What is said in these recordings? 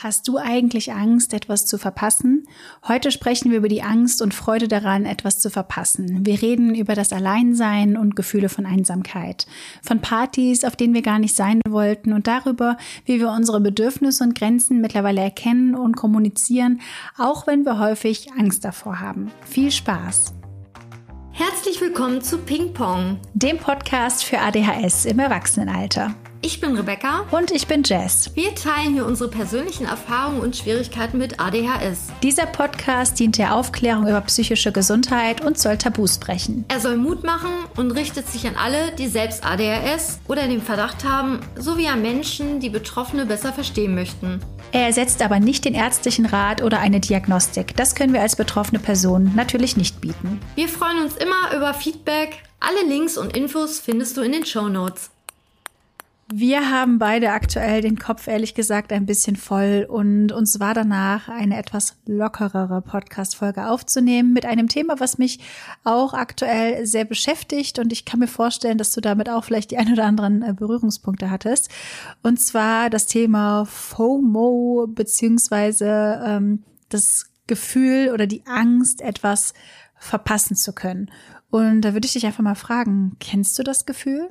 Hast du eigentlich Angst, etwas zu verpassen? Heute sprechen wir über die Angst und Freude daran, etwas zu verpassen. Wir reden über das Alleinsein und Gefühle von Einsamkeit, von Partys, auf denen wir gar nicht sein wollten und darüber, wie wir unsere Bedürfnisse und Grenzen mittlerweile erkennen und kommunizieren, auch wenn wir häufig Angst davor haben. Viel Spaß! Herzlich willkommen zu Ping Pong, dem Podcast für ADHS im Erwachsenenalter. Ich bin Rebecca und ich bin Jess. Wir teilen hier unsere persönlichen Erfahrungen und Schwierigkeiten mit ADHS. Dieser Podcast dient der Aufklärung über psychische Gesundheit und soll Tabus brechen. Er soll Mut machen und richtet sich an alle, die selbst ADHS oder den Verdacht haben, sowie an Menschen, die Betroffene besser verstehen möchten. Er ersetzt aber nicht den ärztlichen Rat oder eine Diagnostik. Das können wir als betroffene Person natürlich nicht bieten. Wir freuen uns immer über Feedback. Alle Links und Infos findest du in den Shownotes. Wir haben beide aktuell den Kopf, ehrlich gesagt, ein bisschen voll und uns war danach, eine etwas lockerere Podcast-Folge aufzunehmen mit einem Thema, was mich auch aktuell sehr beschäftigt und ich kann mir vorstellen, dass du damit auch vielleicht die ein oder anderen Berührungspunkte hattest. Und zwar das Thema FOMO beziehungsweise das Gefühl oder die Angst, etwas verpassen zu können. Und da würde ich dich einfach mal fragen, kennst du das Gefühl?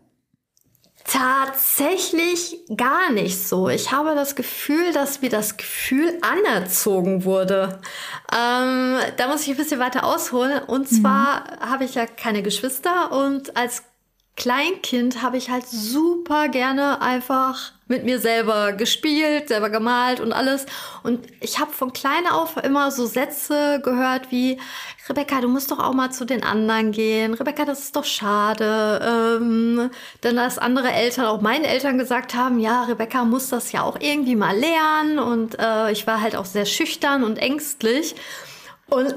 Tatsächlich gar nicht so. Ich habe das Gefühl, dass mir das Gefühl anerzogen wurde. Da muss ich ein bisschen weiter ausholen. Und zwar habe ich ja keine Geschwister und als Kleinkind habe ich halt super gerne einfach mit mir selber gespielt, selber gemalt und alles. Und ich habe von klein auf immer so Sätze gehört wie: Rebecca, du musst doch auch mal zu den anderen gehen. Rebecca, das ist doch schade. Dann, dass andere Eltern, auch meine Eltern gesagt haben, ja, Rebecca muss das ja auch irgendwie mal lernen. Und ich war halt auch sehr schüchtern und ängstlich. Und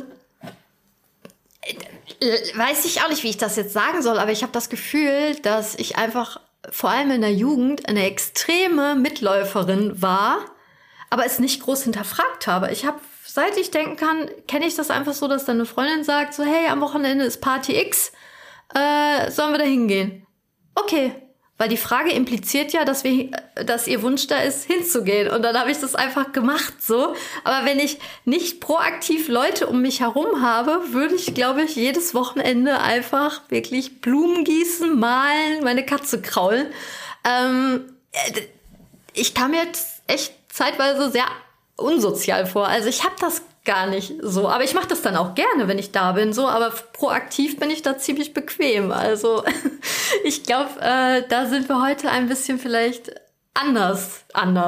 weiß ich auch nicht, wie ich das jetzt sagen soll, aber ich habe das Gefühl, dass ich einfach vor allem in der Jugend eine extreme Mitläuferin war, aber es nicht groß hinterfragt habe. Ich habe, seit ich denken kann, kenne ich das einfach so, dass dann eine Freundin sagt so, hey, am Wochenende ist Party X, sollen wir da hingehen? Okay, weil die Frage impliziert ja, dass ihr Wunsch da ist, hinzugehen. Und dann habe ich das einfach gemacht so. Aber wenn ich nicht proaktiv Leute um mich herum habe, würde ich, glaube ich, jedes Wochenende einfach wirklich Blumen gießen, malen, meine Katze kraulen. Ich kam mir jetzt echt zeitweise sehr unsozial vor. Also ich habe das gar nicht so. Aber ich mache das dann auch gerne, wenn ich da bin. So, aber proaktiv bin ich da ziemlich bequem. Also ich glaube, da sind wir heute ein bisschen vielleicht anders.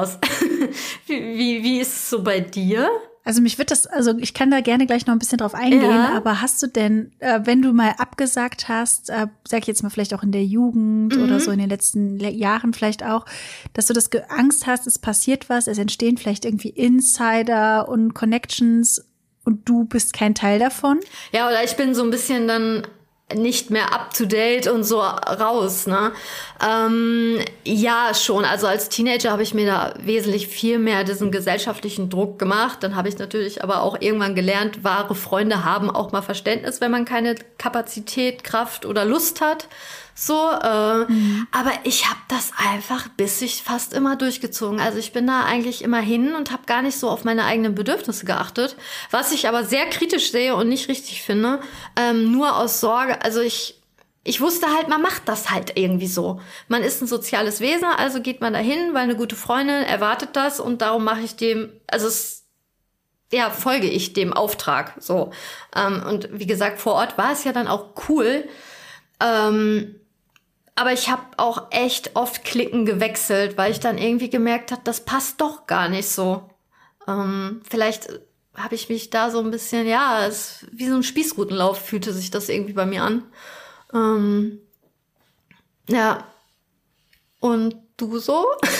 Wie ist es so bei dir? Also ich kann da gerne gleich noch ein bisschen drauf eingehen, ja. Aber hast du denn, wenn du mal abgesagt hast, sag ich jetzt mal vielleicht auch in der Jugend oder so in den letzten Jahren vielleicht auch, dass du Angst hast, es passiert was, es entstehen vielleicht irgendwie Insider und Connections und du bist kein Teil davon? Ja, oder ich bin so ein bisschen dann nicht mehr up to date und so raus, ne? Ja, schon. Also als Teenager habe ich mir da wesentlich viel mehr diesen gesellschaftlichen Druck gemacht. Dann habe ich natürlich aber auch irgendwann gelernt, wahre Freunde haben auch mal Verständnis, wenn man keine Kapazität, Kraft oder Lust hat. So, aber ich habe das einfach bissig fast immer durchgezogen. Also ich bin da eigentlich immer hin und habe gar nicht so auf meine eigenen Bedürfnisse geachtet, was ich aber sehr kritisch sehe und nicht richtig finde, nur aus Sorge. Also ich wusste halt, man macht das halt irgendwie so. Man ist ein soziales Wesen, also geht man dahin, weil eine gute Freundin erwartet das und darum mache ich dem, folge ich dem Auftrag. So, und wie gesagt, vor Ort war es ja dann auch cool. Aber ich habe auch echt oft Klicken gewechselt, weil ich dann irgendwie gemerkt habe, das passt doch gar nicht so. Vielleicht habe ich mich da so ein bisschen, wie so ein Spießrutenlauf fühlte sich das irgendwie bei mir an. Ja. Und du so?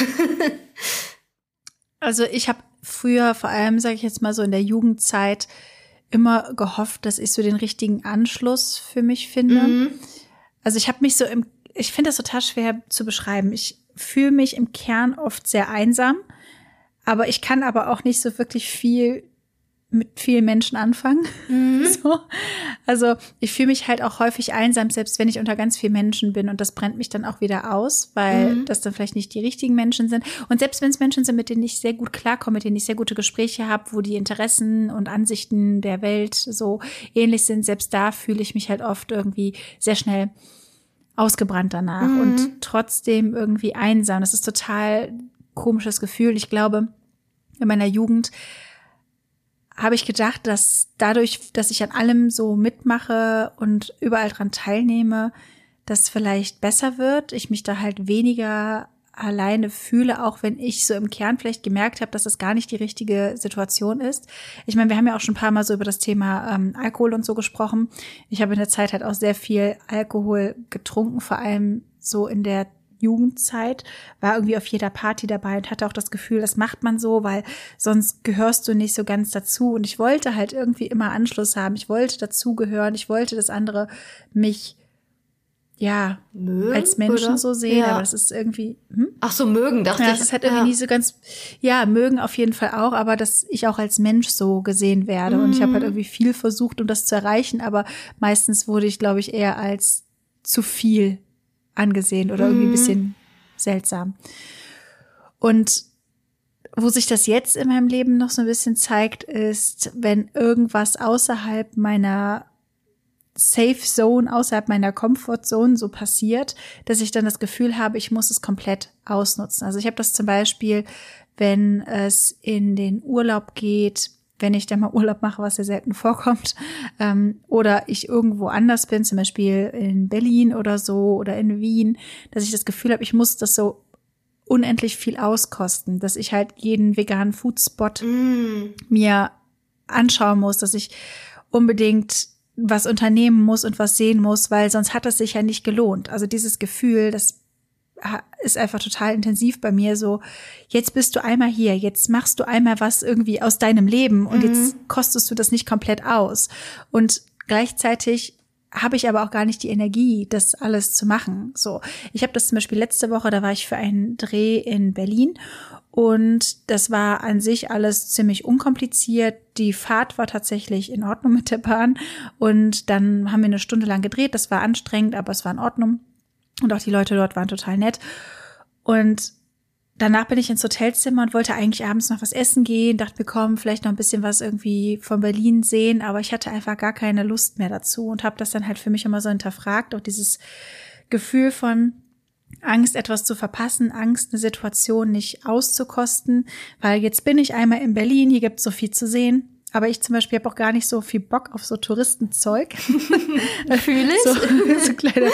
Also ich habe früher, vor allem, sage ich jetzt mal so in der Jugendzeit, immer gehofft, dass ich so den richtigen Anschluss für mich finde. Also ich habe mich ich finde das total schwer zu beschreiben. Ich fühle mich im Kern oft sehr einsam, aber ich kann aber auch nicht so wirklich viel mit vielen Menschen anfangen. So. Also ich fühle mich halt auch häufig einsam, selbst wenn ich unter ganz vielen Menschen bin und das brennt mich dann auch wieder aus, weil das dann vielleicht nicht die richtigen Menschen sind. Und selbst wenn es Menschen sind, mit denen ich sehr gut klarkomme, mit denen ich sehr gute Gespräche habe, wo die Interessen und Ansichten der Welt so ähnlich sind, selbst da fühle ich mich halt oft irgendwie sehr schnell ausgebrannt danach und trotzdem irgendwie einsam. Das ist total komisches Gefühl. Ich glaube, in meiner Jugend habe ich gedacht, dass dadurch, dass ich an allem so mitmache und überall dran teilnehme, das vielleicht besser wird. Ich mich da halt weniger alleine fühle, auch wenn ich so im Kern vielleicht gemerkt habe, dass das gar nicht die richtige Situation ist. Ich meine, wir haben ja auch schon ein paar Mal so über das Thema Alkohol und so gesprochen. Ich habe in der Zeit halt auch sehr viel Alkohol getrunken, vor allem so in der Jugendzeit, war irgendwie auf jeder Party dabei und hatte auch das Gefühl, das macht man so, weil sonst gehörst du nicht so ganz dazu. Und ich wollte halt irgendwie immer Anschluss haben. Ich wollte dazugehören. Ich wollte, dass andere mich mögen, als Menschen oder? So sehen. Aber das ist irgendwie Ach so, mögen, dachte ich. Das ist halt irgendwie nie so ganz, mögen auf jeden Fall auch, aber dass ich auch als Mensch so gesehen werde. Und ich habe halt irgendwie viel versucht, um das zu erreichen, aber meistens wurde ich, glaube ich, eher als zu viel angesehen oder irgendwie ein bisschen seltsam. Und wo sich das jetzt in meinem Leben noch so ein bisschen zeigt, ist, wenn irgendwas außerhalb meiner Safe Zone, außerhalb meiner Comfort Zone so passiert, dass ich dann das Gefühl habe, ich muss es komplett ausnutzen. Also ich habe das zum Beispiel, wenn es in den Urlaub geht, wenn ich dann mal Urlaub mache, was sehr selten vorkommt, oder ich irgendwo anders bin, zum Beispiel in Berlin oder so oder in Wien, dass ich das Gefühl habe, ich muss das so unendlich viel auskosten, dass ich halt jeden veganen Foodspot mir anschauen muss, dass ich unbedingt was unternehmen muss und was sehen muss, weil sonst hat es sich ja nicht gelohnt. Also dieses Gefühl, das ist einfach total intensiv bei mir so, jetzt bist du einmal hier, jetzt machst du einmal was irgendwie aus deinem Leben und jetzt kostest du das nicht komplett aus. Und gleichzeitig habe ich aber auch gar nicht die Energie, das alles zu machen. So, ich habe das zum Beispiel letzte Woche, da war ich für einen Dreh in Berlin und das war an sich alles ziemlich unkompliziert. Die Fahrt war tatsächlich in Ordnung mit der Bahn und dann haben wir eine Stunde lang gedreht. Das war anstrengend, aber es war in Ordnung. Und auch die Leute dort waren total nett. Und danach bin ich ins Hotelzimmer und wollte eigentlich abends noch was essen gehen. Dachte, wir kommen vielleicht noch ein bisschen was irgendwie von Berlin sehen. Aber ich hatte einfach gar keine Lust mehr dazu und habe das dann halt für mich immer so hinterfragt. Auch dieses Gefühl von Angst, etwas zu verpassen, Angst, eine Situation nicht auszukosten. Weil jetzt bin ich einmal in Berlin, hier gibt es so viel zu sehen. Aber ich zum Beispiel habe auch gar nicht so viel Bock auf so Touristenzeug. Fühle ich. So kleine,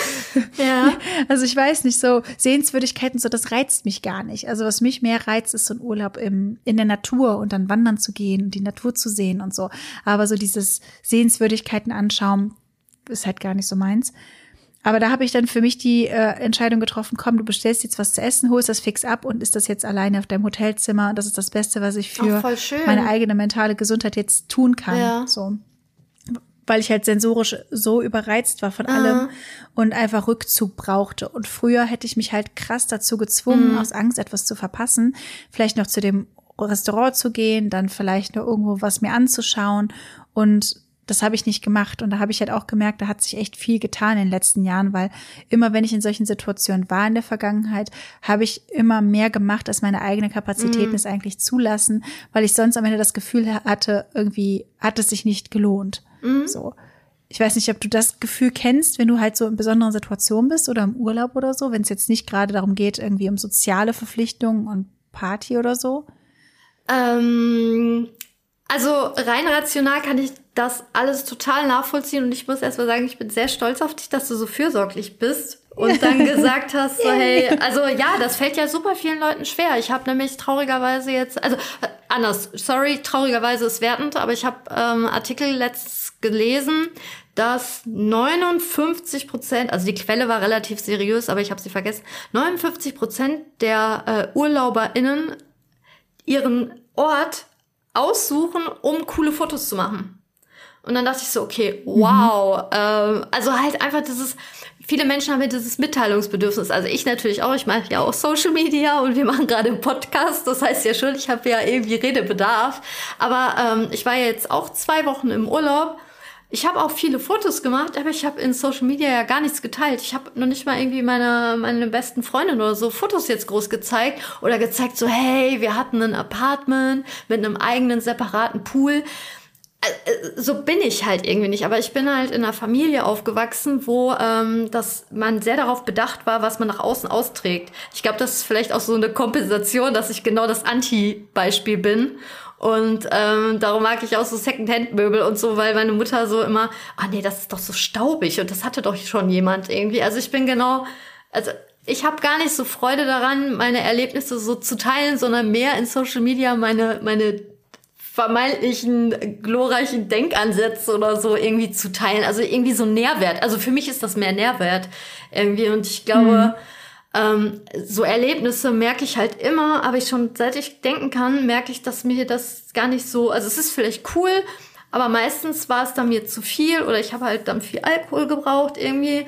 also ich weiß nicht, so Sehenswürdigkeiten, so das reizt mich gar nicht. Also was mich mehr reizt, ist so ein Urlaub in der Natur und dann wandern zu gehen und die Natur zu sehen und so. Aber so dieses Sehenswürdigkeiten anschauen ist halt gar nicht so meins. Aber da habe ich dann für mich die Entscheidung getroffen, komm, du bestellst jetzt was zu essen, holst das fix ab und isst das jetzt alleine auf deinem Hotelzimmer. Und das ist das Beste, was ich für meine eigene mentale Gesundheit jetzt tun kann. Ja. So. Weil ich halt sensorisch so überreizt war von allem und einfach Rückzug brauchte. Und früher hätte ich mich halt krass dazu gezwungen, aus Angst etwas zu verpassen, vielleicht noch zu dem Restaurant zu gehen, dann vielleicht noch irgendwo was mir anzuschauen und das habe ich nicht gemacht und da habe ich halt auch gemerkt, da hat sich echt viel getan in den letzten Jahren, weil immer, wenn ich in solchen Situationen war in der Vergangenheit, habe ich immer mehr gemacht, als meine eigenen Kapazitäten es eigentlich zulassen, weil ich sonst am Ende das Gefühl hatte, irgendwie hat es sich nicht gelohnt. So. Ich weiß nicht, ob du das Gefühl kennst, wenn du halt so in besonderen Situationen bist oder im Urlaub oder so, wenn es jetzt nicht gerade darum geht, irgendwie um soziale Verpflichtungen und Party oder so. Also rein rational kann ich das alles total nachvollziehen und ich muss erst mal sagen, ich bin sehr stolz auf dich, dass du so fürsorglich bist und dann gesagt hast, so hey, also ja, das fällt ja super vielen Leuten schwer. Ich habe nämlich traurigerweise jetzt, also anders, sorry, traurigerweise ist wertend, aber ich habe Artikel letztens gelesen, dass 59%, also die Quelle war relativ seriös, aber ich habe sie vergessen, 59% der UrlauberInnen ihren Ort aussuchen, um coole Fotos zu machen. Und dann dachte ich so, okay, wow. Also halt einfach viele Menschen haben ja dieses Mitteilungsbedürfnis. Also ich natürlich auch, ich mache ja auch Social Media und wir machen gerade einen Podcast. Das heißt ja schon, ich habe ja irgendwie Redebedarf. Aber ich war ja jetzt auch 2 Wochen im Urlaub. Ich habe auch viele Fotos gemacht, aber ich habe in Social Media ja gar nichts geteilt. Ich habe noch nicht mal irgendwie meine besten Freundin oder so Fotos jetzt groß gezeigt oder gezeigt so, hey, wir hatten ein Apartment mit einem eigenen separaten Pool. So bin ich halt irgendwie nicht. Aber ich bin halt in einer Familie aufgewachsen, wo dass man sehr darauf bedacht war, was man nach außen austrägt. Ich glaube, das ist vielleicht auch so eine Kompensation, dass ich genau das Anti-Beispiel bin. Und darum mag ich auch so Secondhand-Möbel und so, weil meine Mutter so immer, nee, das ist doch so staubig und das hatte doch schon jemand irgendwie. Also ich habe gar nicht so Freude daran, meine Erlebnisse so zu teilen, sondern mehr in Social Media meine vermeintlichen glorreichen Denkansätze oder so irgendwie zu teilen. Also irgendwie so Nährwert. Also für mich ist das mehr Nährwert irgendwie. Und ich glaube, so Erlebnisse merke ich halt immer, aber seit ich denken kann, merke ich, dass mir das gar nicht so, also es ist vielleicht cool, aber meistens war es dann mir zu viel oder ich habe halt dann viel Alkohol gebraucht irgendwie.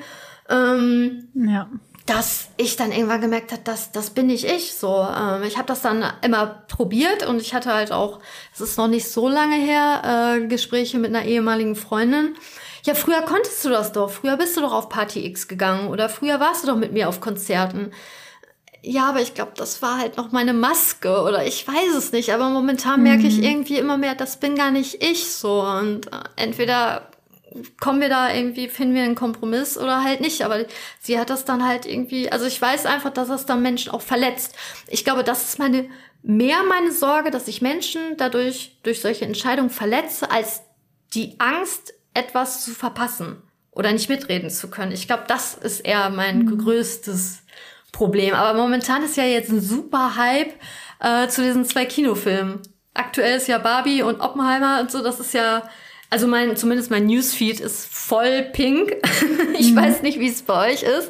Dass ich dann irgendwann gemerkt habe, das bin nicht ich. So, ich habe das dann immer probiert und ich hatte halt auch, es ist noch nicht so lange her, Gespräche mit einer ehemaligen Freundin. Ja, früher konntest du das doch. Früher bist du doch auf Party X gegangen oder früher warst du doch mit mir auf Konzerten. Ja, aber ich glaube, das war halt noch meine Maske oder ich weiß es nicht. Aber momentan merke ich irgendwie immer mehr, das bin gar nicht ich so. Und entweder kommen wir da irgendwie, finden wir einen Kompromiss oder halt nicht. Aber sie hat das dann halt irgendwie, also ich weiß einfach, dass das dann Menschen auch verletzt. Ich glaube, das ist meine Sorge, dass ich Menschen dadurch durch solche Entscheidungen verletze, als die Angst, etwas zu verpassen oder nicht mitreden zu können. Ich glaube, das ist eher mein größtes Problem. Aber momentan ist ja jetzt ein super Hype zu diesen 2 Kinofilmen. Aktuell ist ja Barbie und Oppenheimer und so. Das ist ja, also zumindest mein Newsfeed ist voll pink. Ich weiß nicht, wie es bei euch ist.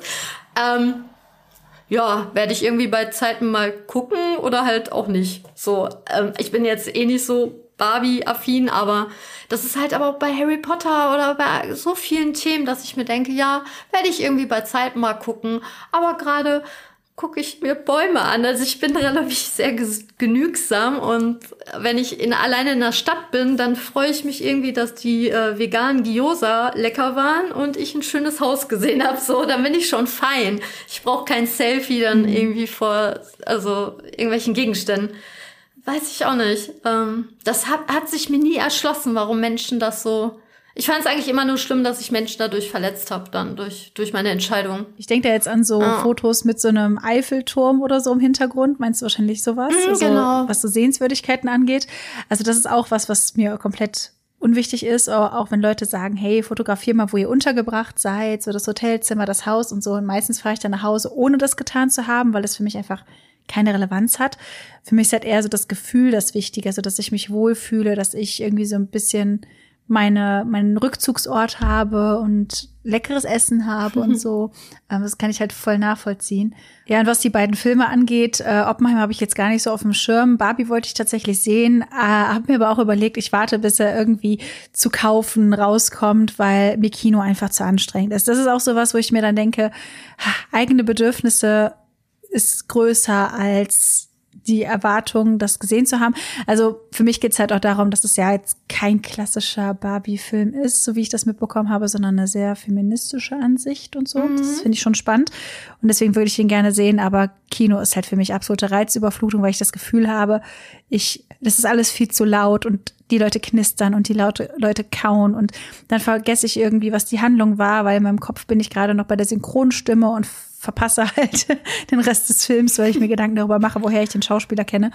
Werde ich irgendwie bei Zeiten mal gucken oder halt auch nicht. So, ich bin jetzt nicht so Barbie-affin, aber das ist halt aber auch bei Harry Potter oder bei so vielen Themen, dass ich mir denke, ja, werde ich irgendwie bei Zeiten mal gucken. Aber gerade gucke ich mir Bäume an. Also ich bin relativ sehr genügsam und wenn ich alleine in der Stadt bin, dann freue ich mich irgendwie, dass die veganen Gyoza lecker waren und ich ein schönes Haus gesehen habe. So, dann bin ich schon fein. Ich brauche kein Selfie dann irgendwie vor irgendwelchen Gegenständen. Weiß ich auch nicht. Das hat sich mir nie erschlossen, warum Menschen das so. Ich fand es eigentlich immer nur schlimm, dass ich Menschen dadurch verletzt habe, dann durch meine Entscheidung. Ich denke da jetzt an so Fotos mit so einem Eiffelturm oder so im Hintergrund. Meinst du wahrscheinlich sowas? Genau. Was so Sehenswürdigkeiten angeht. Also das ist auch was mir komplett unwichtig ist. Auch wenn Leute sagen, hey, fotografier mal, wo ihr untergebracht seid, so das Hotelzimmer, das Haus und so. Und meistens fahre ich dann nach Hause, ohne das getan zu haben, weil es für mich einfach keine Relevanz hat. Für mich ist halt eher so das Gefühl das Wichtige, also dass ich mich wohlfühle, dass ich irgendwie so ein bisschen meinen Rückzugsort habe und leckeres Essen habe und so. Das kann ich halt voll nachvollziehen. Ja, und was die beiden Filme angeht, Oppenheimer habe ich jetzt gar nicht so auf dem Schirm. Barbie wollte ich tatsächlich sehen, habe mir aber auch überlegt, ich warte, bis er irgendwie zu kaufen rauskommt, weil mir Kino einfach zu anstrengend ist. Das ist auch sowas, wo ich mir dann denke, eigene Bedürfnisse ist größer als die Erwartung, das gesehen zu haben. Also für mich geht's halt auch darum, dass es ja jetzt kein klassischer Barbie-Film ist, so wie ich das mitbekommen habe, sondern eine sehr feministische Ansicht und so. Das finde ich schon spannend. Und deswegen würde ich ihn gerne sehen. Aber Kino ist halt für mich absolute Reizüberflutung, weil ich das Gefühl habe, das ist alles viel zu laut und die Leute knistern und die Leute kauen und dann vergesse ich irgendwie, was die Handlung war, weil in meinem Kopf bin ich gerade noch bei der Synchronstimme und verpasse halt den Rest des Films, weil ich mir Gedanken darüber mache, woher ich den Schauspieler kenne.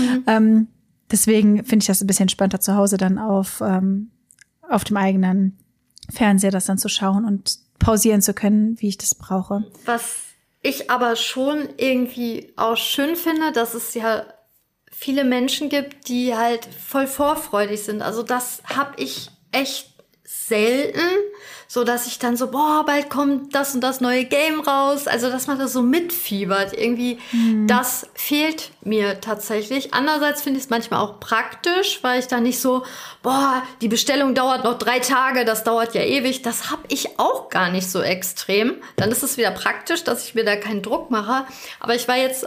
Deswegen finde ich das ein bisschen entspannter zu Hause dann auf dem eigenen Fernseher das dann zu schauen und pausieren zu können, wie ich das brauche. Was ich aber schon irgendwie auch schön finde, dass es ja viele Menschen gibt, die halt voll vorfreudig sind. Also das habe ich echt selten, so dass ich dann so, bald kommt das und das neue Game raus. Also dass man da so mitfiebert. Irgendwie, das fehlt mir tatsächlich. Andererseits finde ich es manchmal auch praktisch, weil ich dann nicht so, die Bestellung dauert noch 3 Tage, das dauert ja ewig. Das habe ich auch gar nicht so extrem. Dann ist es wieder praktisch, dass ich mir da keinen Druck mache. Aber ich war jetzt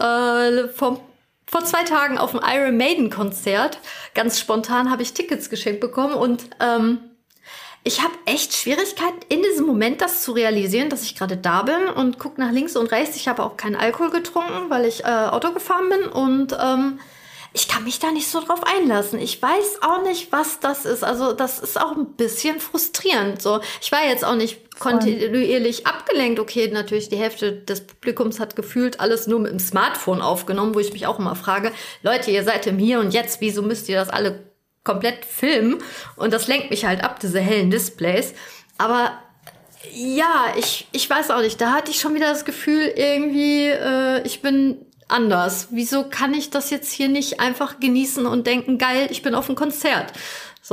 vor 2 Tagen auf dem Iron Maiden Konzert. Ganz spontan habe ich Tickets geschenkt bekommen und ich habe echt Schwierigkeiten in diesem Moment, das zu realisieren, dass ich gerade da bin und gucke nach links und rechts. Ich habe auch keinen Alkohol getrunken, weil ich Auto gefahren bin und ich kann mich da nicht so drauf einlassen. Ich weiß auch nicht, was das ist. Also das ist auch ein bisschen frustrierend. So, ich war jetzt auch nicht kontinuierlich abgelenkt. Okay, natürlich die Hälfte des Publikums hat gefühlt alles nur mit dem Smartphone aufgenommen, wo ich mich auch immer frage, Leute, ihr seid im Hier und Jetzt, wieso müsst ihr das alle komplett filmen? Und das lenkt mich halt ab, diese hellen Displays. Aber ja, ich weiß auch nicht. Da hatte ich schon wieder das Gefühl, irgendwie, ich bin anders. Wieso kann ich das jetzt hier nicht einfach genießen und denken, geil, ich bin auf einem Konzert? So,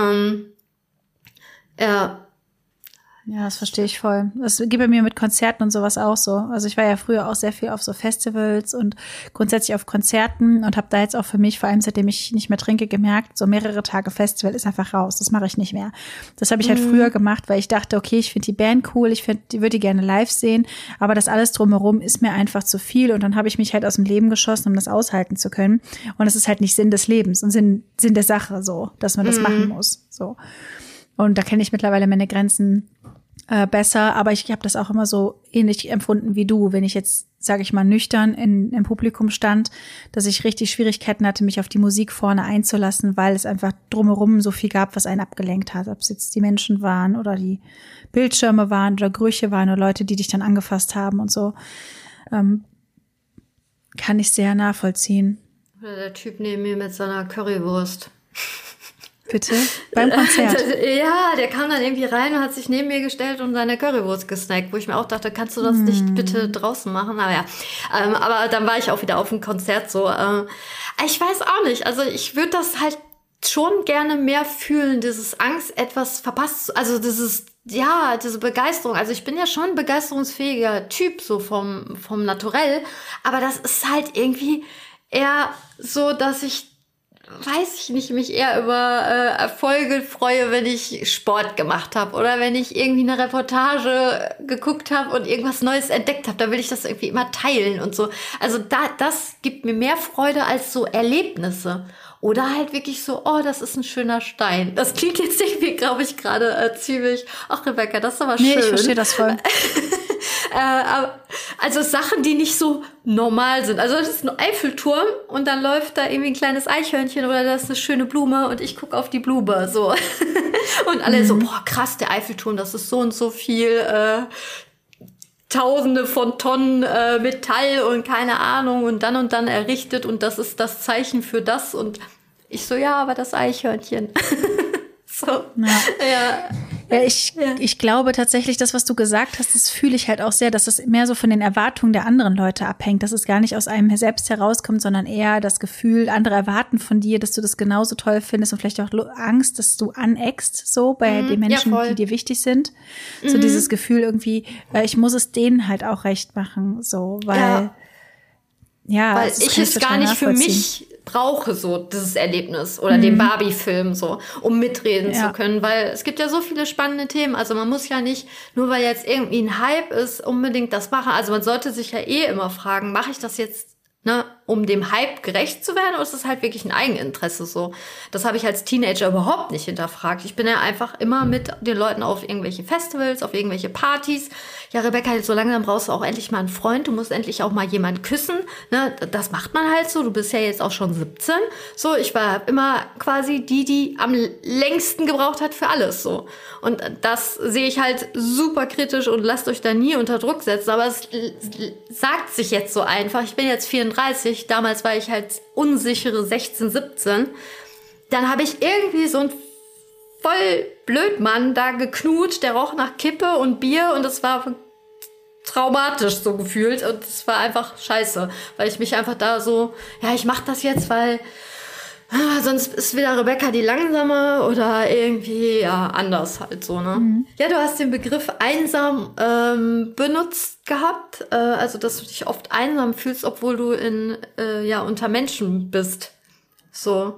ja. Ja, das verstehe ich voll. Das geht bei mir mit Konzerten und sowas auch so. Also ich war ja früher auch sehr viel auf so Festivals und grundsätzlich auf Konzerten und habe da jetzt auch für mich, vor allem seitdem ich nicht mehr trinke, gemerkt, so mehrere Tage Festival ist einfach raus. Das mache ich nicht mehr. Das habe ich halt früher gemacht, weil ich dachte, okay, ich finde die Band cool, ich würde die gerne live sehen, aber das alles drumherum ist mir einfach zu viel und dann habe ich mich halt aus dem Leben geschossen, um das aushalten zu können. Und das ist halt nicht Sinn des Lebens und Sinn der Sache so, dass man das machen muss. So. Und da kenne ich mittlerweile meine Grenzen besser, aber ich habe das auch immer so ähnlich empfunden wie du, wenn ich jetzt, sage ich mal, nüchtern im Publikum stand, dass ich richtig Schwierigkeiten hatte, mich auf die Musik vorne einzulassen, weil es einfach drumherum so viel gab, was einen abgelenkt hat, ob es jetzt die Menschen waren oder die Bildschirme waren oder Gerüche waren oder Leute, die dich dann angefasst haben und so, kann ich sehr nachvollziehen. Oder der Typ neben mir mit seiner Currywurst. Bitte? Beim Konzert? Ja, der kam dann irgendwie rein und hat sich neben mir gestellt und seine Currywurst gesnackt, wo ich mir auch dachte, kannst du das nicht bitte draußen machen? Aber ja, aber dann war ich auch wieder auf dem Konzert so. Ich weiß auch nicht, also ich würde das halt schon gerne mehr fühlen, dieses Angst, etwas verpasst, also diese Begeisterung. Also ich bin ja schon ein begeisterungsfähiger Typ, so vom Naturell, aber das ist halt irgendwie eher so, dass ich mich eher über Erfolge freue, wenn ich Sport gemacht habe oder wenn ich irgendwie eine Reportage geguckt habe und irgendwas Neues entdeckt habe. Da will ich das irgendwie immer teilen und so. Also das gibt mir mehr Freude als so Erlebnisse. Oder halt wirklich so, oh, das ist ein schöner Stein. Das klingt jetzt irgendwie, glaube ich, gerade ziemlich, ach Rebecca, das ist aber schön. Nee, ich verstehe das voll. Also Sachen, die nicht so normal sind. Also das ist ein Eiffelturm und dann läuft da irgendwie ein kleines Eichhörnchen oder da ist eine schöne Blume und ich gucke auf die Blume, so. Und alle so, boah, krass, der Eiffelturm, das ist so und so viel, Tausende von Tonnen Metall und keine Ahnung und dann errichtet und das ist das Zeichen für das und ich so, ja, aber das Eichhörnchen. So. Ja, ich glaube tatsächlich, das, was du gesagt hast, das fühle ich halt auch sehr, dass es mehr so von den Erwartungen der anderen Leute abhängt, dass es gar nicht aus einem selbst herauskommt, sondern eher das Gefühl, andere erwarten von dir, dass du das genauso toll findest und vielleicht auch Angst, dass du aneckst, so bei den Menschen, die dir wichtig sind. So dieses Gefühl irgendwie, ich muss es denen halt auch recht machen, so, weil weil ich es gar nicht für mich brauche, so dieses Erlebnis oder den Barbie-Film so, um mitreden zu können, weil es gibt ja so viele spannende Themen, also man muss ja nicht, nur weil jetzt irgendwie ein Hype ist, unbedingt das machen, also man sollte sich ja immer fragen, mache ich das jetzt, um dem Hype gerecht zu werden, oder ist das halt wirklich ein Eigeninteresse so? Das habe ich als Teenager überhaupt nicht hinterfragt. Ich bin ja einfach immer mit den Leuten auf irgendwelche Festivals, auf irgendwelche Partys. Ja, Rebecca, so langsam brauchst du auch endlich mal einen Freund. Du musst endlich auch mal jemanden küssen. Ne? Das macht man halt so. Du bist ja jetzt auch schon 17. So, ich war immer quasi die am längsten gebraucht hat für alles so. Und das sehe ich halt super kritisch und lasst euch da nie unter Druck setzen. Aber es sagt sich jetzt so einfach. Ich bin jetzt 34. Damals war ich halt unsichere 16, 17. Dann habe ich irgendwie so ein voll Blödmann da geknutscht, der roch nach Kippe und Bier und das war traumatisch so gefühlt und es war einfach scheiße, weil ich mich einfach da so, ja, ich mach das jetzt, weil sonst ist wieder Rebecca die Langsame oder irgendwie, ja, anders halt so, ne? Ja, du hast den Begriff einsam benutzt gehabt, also dass du dich oft einsam fühlst, obwohl du unter Menschen bist. So.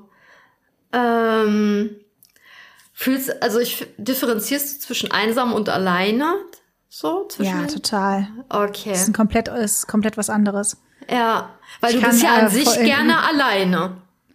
Differenzierst du zwischen einsam und alleine? So? Ja, total. Okay. Das ist komplett was anderes. Ja, weil du bist ja an sich gerne alleine.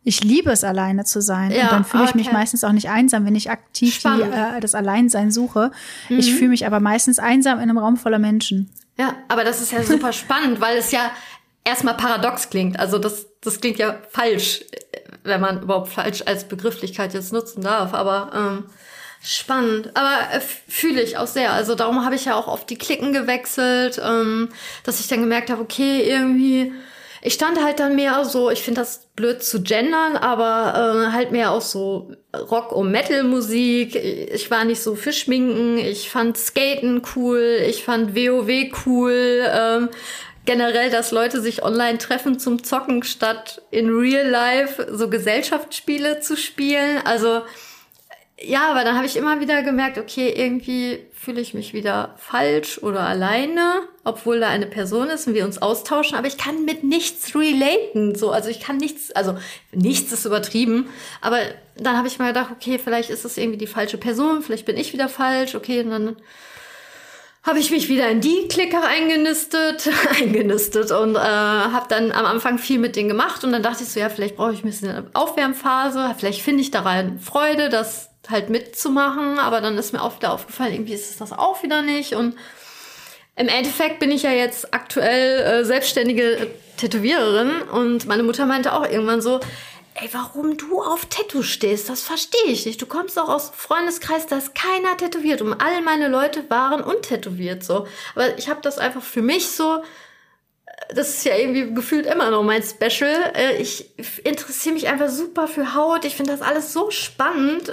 Ich liebe es, alleine zu sein. Und dann fühle ich mich meistens auch nicht einsam, wenn ich aktiv das Alleinsein suche. Ich fühle mich aber meistens einsam in einem Raum voller Menschen. Ja, aber das ist ja super spannend, weil es ja erstmal paradox klingt. Also das klingt ja falsch, wenn man überhaupt falsch als Begrifflichkeit jetzt nutzen darf. Aber spannend. Aber fühle ich auch sehr. Also darum habe ich ja auch oft die Klicken gewechselt, dass ich dann gemerkt habe, okay, irgendwie, ich stand halt dann mehr so, ich finde das blöd zu gendern, aber halt mehr auch so Rock- und Metal-Musik. Ich war nicht so für Schminken. Ich fand Skaten cool. Ich fand WoW cool. Generell, dass Leute sich online treffen zum Zocken, statt in Real Life so Gesellschaftsspiele zu spielen. Also ja, aber dann habe ich immer wieder gemerkt, okay, irgendwie fühle ich mich wieder falsch oder alleine, obwohl da eine Person ist und wir uns austauschen, aber ich kann mit nichts relaten, so, also ich kann nichts, also nichts ist übertrieben, aber dann habe ich mal gedacht, okay, vielleicht ist es irgendwie die falsche Person, vielleicht bin ich wieder falsch, okay, und dann habe ich mich wieder in die Clique eingenistet und habe dann am Anfang viel mit denen gemacht und dann dachte ich so, ja, vielleicht brauche ich ein bisschen eine Aufwärmphase, vielleicht finde ich daran Freude, das halt mitzumachen, aber dann ist mir auch wieder aufgefallen, irgendwie ist es das auch wieder nicht und im Endeffekt bin ich ja jetzt aktuell selbstständige Tätowiererin und meine Mutter meinte auch irgendwann so, ey, warum du auf Tattoo stehst, das verstehe ich nicht. Du kommst doch aus einem Freundeskreis, da ist keiner tätowiert und all meine Leute waren untätowiert, so. Aber ich habe das einfach für mich so, das ist ja irgendwie gefühlt immer noch mein Special. Ich interessiere mich einfach super für Haut. Ich finde das alles so spannend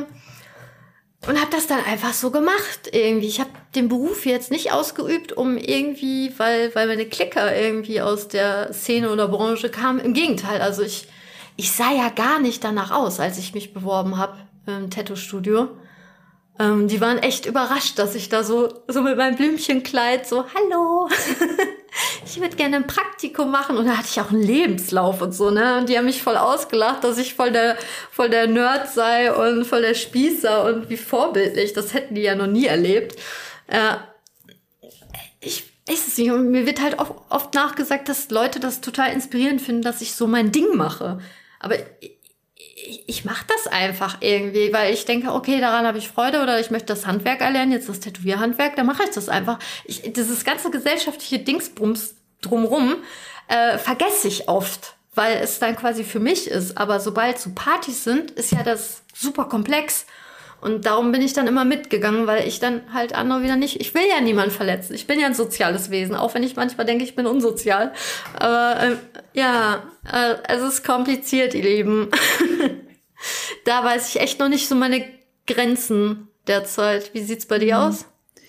und habe das dann einfach so gemacht irgendwie. Ich habe den Beruf jetzt nicht ausgeübt, um irgendwie, weil meine Clique irgendwie aus der Szene oder Branche kam. Im Gegenteil, also ich sah ja gar nicht danach aus, als ich mich beworben habe im Tattoo-Studio. Die waren echt überrascht, dass ich da so mit meinem Blümchenkleid so, hallo, ich würde gerne ein Praktikum machen. Und da hatte ich auch einen Lebenslauf und so, ne? Und die haben mich voll ausgelacht, dass ich voll der Nerd sei und voll der Spießer und wie vorbildlich. Das hätten die ja noch nie erlebt. Ich weiß es nicht. Und mir wird halt oft nachgesagt, dass Leute das total inspirierend finden, dass ich so mein Ding mache. Aber ich mache das einfach irgendwie, weil ich denke, okay, daran habe ich Freude oder ich möchte das Handwerk erlernen, jetzt das Tätowierhandwerk, dann mache ich das einfach. Dieses ganze gesellschaftliche Dingsbums drumrum vergesse ich oft, weil es dann quasi für mich ist. Aber sobald so Partys sind, ist ja das super komplex. Und darum bin ich dann immer mitgegangen, weil ich dann halt andere wieder nicht, ich will ja niemanden verletzen. Ich bin ja ein soziales Wesen, auch wenn ich manchmal denke, ich bin unsozial. Aber es ist kompliziert, ihr Lieben. Da weiß ich echt noch nicht so meine Grenzen derzeit. Wie sieht's bei dir aus?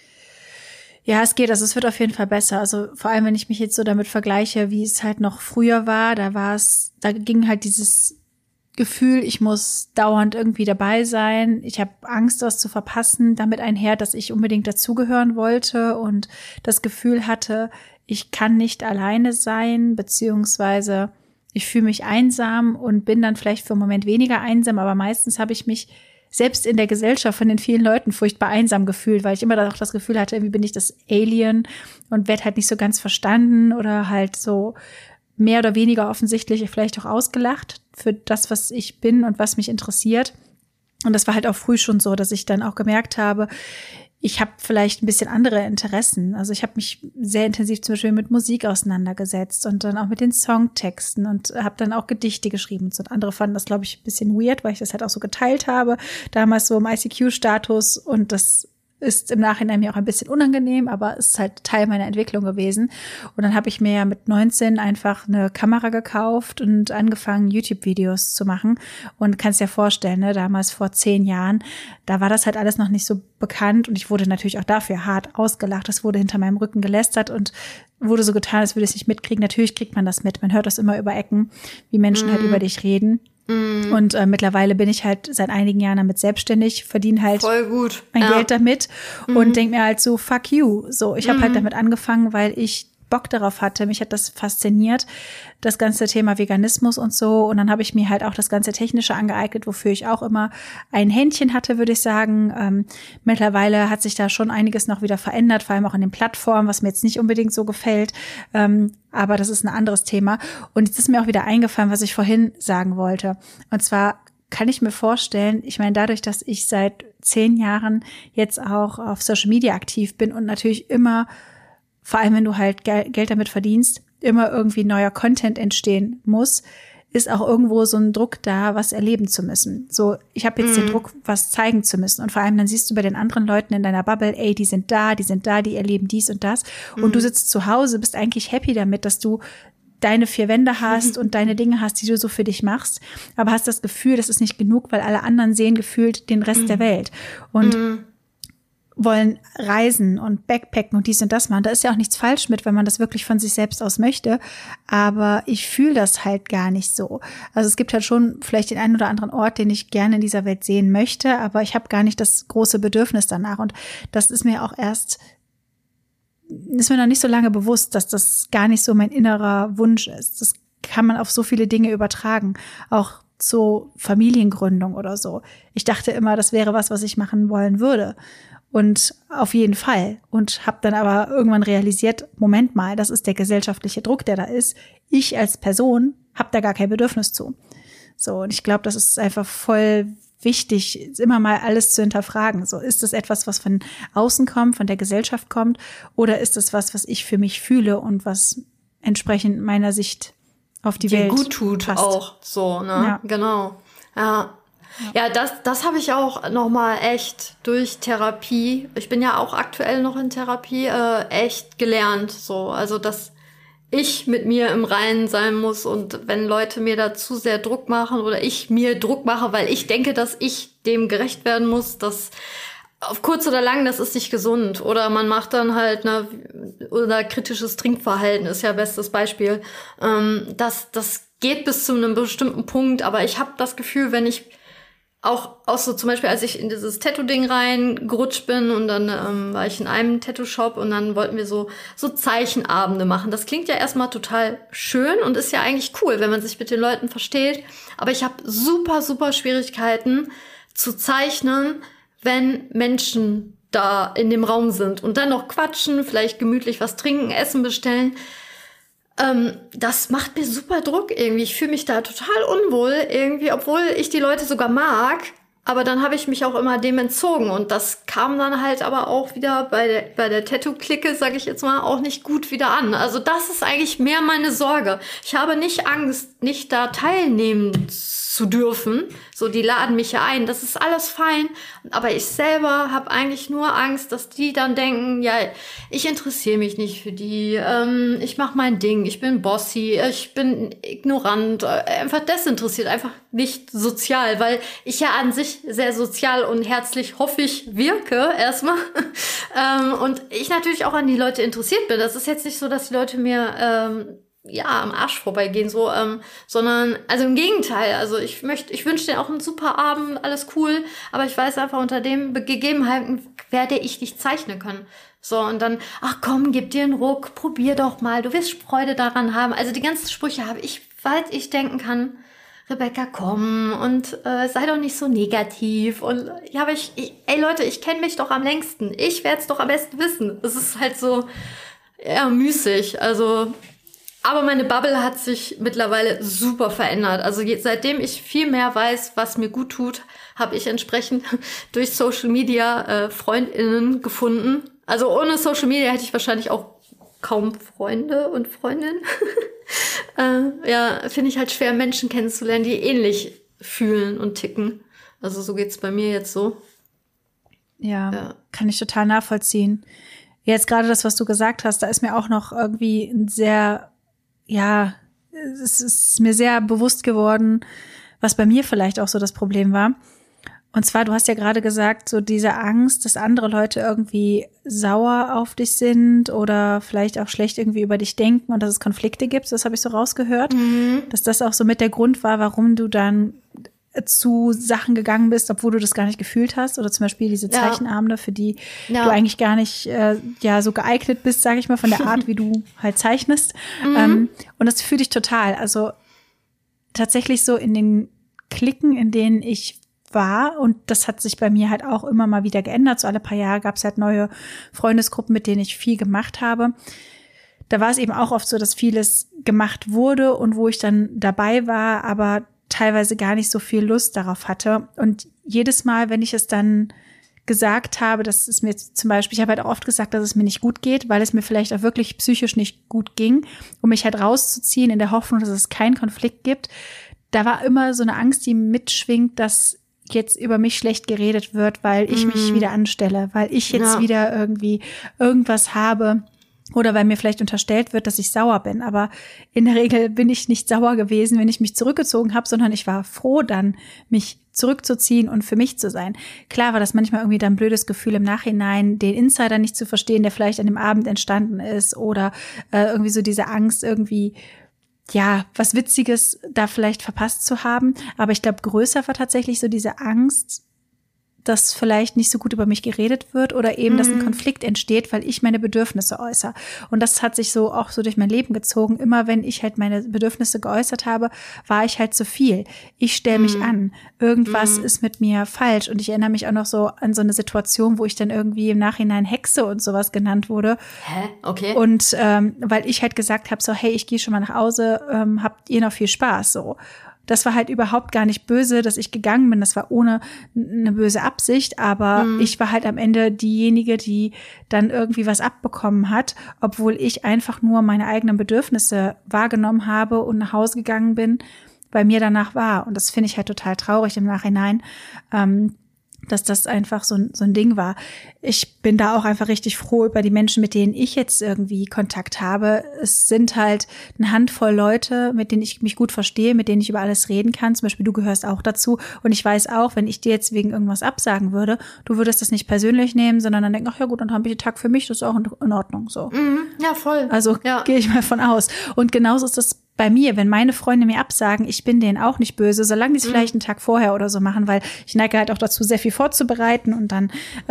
Ja, es geht. Also es wird auf jeden Fall besser. Also vor allem, wenn ich mich jetzt so damit vergleiche, wie es halt noch früher war, da ging halt dieses Gefühl, ich muss dauernd irgendwie dabei sein. Ich habe Angst, was zu verpassen, damit einher, dass ich unbedingt dazugehören wollte und das Gefühl hatte, ich kann nicht alleine sein, beziehungsweise ich fühle mich einsam und bin dann vielleicht für einen Moment weniger einsam, aber meistens habe ich mich selbst in der Gesellschaft von den vielen Leuten furchtbar einsam gefühlt, weil ich immer auch das Gefühl hatte, irgendwie bin ich das Alien und werde halt nicht so ganz verstanden oder halt so mehr oder weniger offensichtlich vielleicht auch ausgelacht für das, was ich bin und was mich interessiert. Und das war halt auch früh schon so, dass ich dann auch gemerkt habe, ich habe vielleicht ein bisschen andere Interessen. Also ich habe mich sehr intensiv zum Beispiel mit Musik auseinandergesetzt und dann auch mit den Songtexten und habe dann auch Gedichte geschrieben. Und andere fanden das, glaube ich, ein bisschen weird, weil ich das halt auch so geteilt habe. Damals so im ICQ-Status und das ist im Nachhinein mir auch ein bisschen unangenehm, aber es ist halt Teil meiner Entwicklung gewesen. Und dann habe ich mir ja mit 19 einfach eine Kamera gekauft und angefangen, YouTube-Videos zu machen. Und kannst dir vorstellen, ne, damals vor 10 Jahren, da war das halt alles noch nicht so bekannt und ich wurde natürlich auch dafür hart ausgelacht. Es wurde hinter meinem Rücken gelästert und wurde so getan, als würde ich es nicht mitkriegen. Natürlich kriegt man das mit. Man hört das immer über Ecken, wie Menschen halt über dich reden. Und mittlerweile bin ich halt seit einigen Jahren damit selbstständig, verdiene halt voll gut mein Geld damit und denke mir halt so, fuck you. So, ich habe halt damit angefangen, weil ich Bock darauf hatte. Mich hat das fasziniert, das ganze Thema Veganismus und so. Und dann habe ich mir halt auch das ganze Technische angeeignet, wofür ich auch immer ein Händchen hatte, würde ich sagen. Mittlerweile hat sich da schon einiges noch wieder verändert, vor allem auch in den Plattformen, was mir jetzt nicht unbedingt so gefällt. Aber das ist ein anderes Thema. Und jetzt ist mir auch wieder eingefallen, was ich vorhin sagen wollte. Und zwar kann ich mir vorstellen, ich meine, dadurch, dass ich seit 10 Jahren jetzt auch auf Social Media aktiv bin und natürlich immer, vor allem wenn du halt Geld damit verdienst, immer irgendwie neuer Content entstehen muss, ist auch irgendwo so ein Druck da, was erleben zu müssen. So, ich habe jetzt den Druck, was zeigen zu müssen. Und vor allem dann siehst du bei den anderen Leuten in deiner Bubble, ey, die sind da, die erleben dies und das. Und du sitzt zu Hause, bist eigentlich happy damit, dass du deine 4 Wände hast und deine Dinge hast, die du so für dich machst, aber hast das Gefühl, das ist nicht genug, weil alle anderen sehen gefühlt den Rest der Welt und wollen reisen und Backpacken und dies und das machen. Da ist ja auch nichts falsch mit, wenn man das wirklich von sich selbst aus möchte, aber ich fühle das halt gar nicht so. Also es gibt halt schon vielleicht den einen oder anderen Ort, den ich gerne in dieser Welt sehen möchte, aber ich habe gar nicht das große Bedürfnis danach und das ist mir noch nicht so lange bewusst, dass das gar nicht so mein innerer Wunsch ist. Das kann man auf so viele Dinge übertragen, auch zur Familiengründung oder so. Ich dachte immer, das wäre was ich machen wollen würde. Und auf jeden Fall. Und habe dann aber irgendwann realisiert, Moment mal, das ist der gesellschaftliche Druck, der da ist. Ich als Person habe da gar kein Bedürfnis zu. So, und ich glaube, das ist einfach voll wichtig, immer mal alles zu hinterfragen. So, ist das etwas, was von außen kommt, von der Gesellschaft kommt, oder ist das was ich für mich fühle und was entsprechend meiner Sicht auf die Welt gut tut passt. auch so, ne? Ja. Genau. Ja, das habe ich auch noch mal echt durch Therapie. Ich bin ja auch aktuell noch in Therapie echt gelernt, so, also dass ich mit mir im Reinen sein muss und wenn Leute mir da zu sehr Druck machen oder ich mir Druck mache, weil ich denke, dass ich dem gerecht werden muss, das auf kurz oder lang, das ist nicht gesund. Oder man macht dann halt oder kritisches Trinkverhalten ist ja bestes Beispiel. Das geht bis zu einem bestimmten Punkt, aber ich habe das Gefühl, wenn ich auch so zum Beispiel, als ich in dieses Tattoo-Ding reingerutscht bin und dann war ich in einem Tattoo-Shop und dann wollten wir so Zeichenabende machen. Das klingt ja erstmal total schön und ist ja eigentlich cool, wenn man sich mit den Leuten versteht. Aber ich habe super, super Schwierigkeiten zu zeichnen, wenn Menschen da in dem Raum sind und dann noch quatschen, vielleicht gemütlich was trinken, Essen bestellen. Das macht mir super Druck irgendwie. Ich fühle mich da total unwohl irgendwie, obwohl ich die Leute sogar mag. Aber dann habe ich mich auch immer dem entzogen. Und das kam dann halt aber auch wieder bei der Tattoo-Clique, sage ich jetzt mal, auch nicht gut wieder an. Also das ist eigentlich mehr meine Sorge. Ich habe nicht Angst, nicht da teilnehmen zu dürfen. So, die laden mich ja ein. Das ist alles fein. Aber ich selber habe eigentlich nur Angst, dass die dann denken, ja, ich interessiere mich nicht für die. Ich mache mein Ding. Ich bin bossy. Ich bin ignorant. Einfach desinteressiert. Einfach nicht sozial. Weil ich ja an sich sehr sozial und herzlich, hoffe ich, wirke erstmal. Und ich natürlich auch an die Leute interessiert bin. Das ist jetzt nicht so, dass die Leute mir am Arsch vorbeigehen, so, sondern, also im Gegenteil, also ich wünsche dir auch einen super Abend, alles cool, aber ich weiß einfach, unter den Gegebenheiten werde ich dich zeichnen können. So, und dann, ach komm, gib dir einen Ruck, probier doch mal, du wirst Freude daran haben. Also die ganzen Sprüche habe ich, weil ich denken kann, Rebecca, komm und sei doch nicht so negativ. Und ja, aber ey Leute, ich kenne mich doch am längsten. Ich werde es doch am besten wissen. Es ist halt so, ja, müßig, also. Aber meine Bubble hat sich mittlerweile super verändert. Also seitdem ich viel mehr weiß, was mir gut tut, habe ich entsprechend durch Social Media FreundInnen gefunden. Also ohne Social Media hätte ich wahrscheinlich auch kaum Freunde und Freundinnen. Finde ich halt schwer, Menschen kennenzulernen, die ähnlich fühlen und ticken. Also so geht's bei mir jetzt so. Ja, kann ich total nachvollziehen. Jetzt gerade das, was du gesagt hast, da ist mir auch noch irgendwie ein sehr es ist mir sehr bewusst geworden, was bei mir vielleicht auch so das Problem war. Und zwar, du hast ja gerade gesagt, so diese Angst, dass andere Leute irgendwie sauer auf dich sind oder vielleicht auch schlecht irgendwie über dich denken und dass es Konflikte gibt. Das habe ich so rausgehört, dass das auch so mit der Grund war, warum du dann zu Sachen gegangen bist, obwohl du das gar nicht gefühlt hast, oder zum Beispiel diese Zeichenabende, für die du eigentlich gar nicht so geeignet bist, sage ich mal, von der Art, wie du halt zeichnest. Und das fühle ich total. Also tatsächlich so in den Klicken, in denen ich war, und das hat sich bei mir halt auch immer mal wieder geändert. So alle paar Jahre gab es halt neue Freundesgruppen, mit denen ich viel gemacht habe. Da war es eben auch oft so, dass vieles gemacht wurde und wo ich dann dabei war, aber teilweise gar nicht so viel Lust darauf hatte. Und jedes Mal, wenn ich es dann gesagt habe, dass es mir zum Beispiel, ich habe halt auch oft gesagt, dass es mir nicht gut geht, weil es mir vielleicht auch wirklich psychisch nicht gut ging, um mich halt rauszuziehen in der Hoffnung, dass es keinen Konflikt gibt. Da war immer so eine Angst, die mitschwingt, dass jetzt über mich schlecht geredet wird, weil ich mich wieder anstelle, weil ich jetzt wieder irgendwie irgendwas habe. Oder weil mir vielleicht unterstellt wird, dass ich sauer bin. Aber in der Regel bin ich nicht sauer gewesen, wenn ich mich zurückgezogen habe, sondern ich war froh dann, mich zurückzuziehen und für mich zu sein. Klar war das manchmal irgendwie dann ein blödes Gefühl im Nachhinein, den Insider nicht zu verstehen, der vielleicht an dem Abend entstanden ist. Oder irgendwie so diese Angst, irgendwie was Witziges da vielleicht verpasst zu haben. Aber ich glaube, größer war tatsächlich so diese Angst, dass vielleicht nicht so gut über mich geredet wird oder eben, dass ein Konflikt entsteht, weil ich meine Bedürfnisse äußere. Und das hat sich so auch so durch mein Leben gezogen. Immer wenn ich halt meine Bedürfnisse geäußert habe, war ich halt zu viel. Ich stelle mich an. Irgendwas ist mit mir falsch. Und ich erinnere mich auch noch so an so eine Situation, wo ich dann irgendwie im Nachhinein Hexe und sowas genannt wurde. Hä? Okay. Und weil ich halt gesagt habe, so, hey, ich gehe schon mal nach Hause, habt ihr noch viel Spaß, so. Das war halt überhaupt gar nicht böse, dass ich gegangen bin. Das war ohne eine böse Absicht. Aber ich war halt am Ende diejenige, die dann irgendwie was abbekommen hat, obwohl ich einfach nur meine eigenen Bedürfnisse wahrgenommen habe und nach Hause gegangen bin, weil mir danach war. Und das finde ich halt total traurig im Nachhinein, dass das einfach so ein Ding war. Ich bin da auch einfach richtig froh über die Menschen, mit denen ich jetzt irgendwie Kontakt habe. Es sind halt eine Handvoll Leute, mit denen ich mich gut verstehe, mit denen ich über alles reden kann. Zum Beispiel du gehörst auch dazu. Und ich weiß auch, wenn ich dir jetzt wegen irgendwas absagen würde, du würdest das nicht persönlich nehmen, sondern dann denken, ach ja gut, dann habe ich den Tag für mich, das ist auch in Ordnung. So. Ja, voll. Also gehe ich mal von aus. Und genauso ist das bei mir, wenn meine Freunde mir absagen, ich bin denen auch nicht böse, solange die es vielleicht einen Tag vorher oder so machen, weil ich neige halt auch dazu, sehr viel vorzubereiten und dann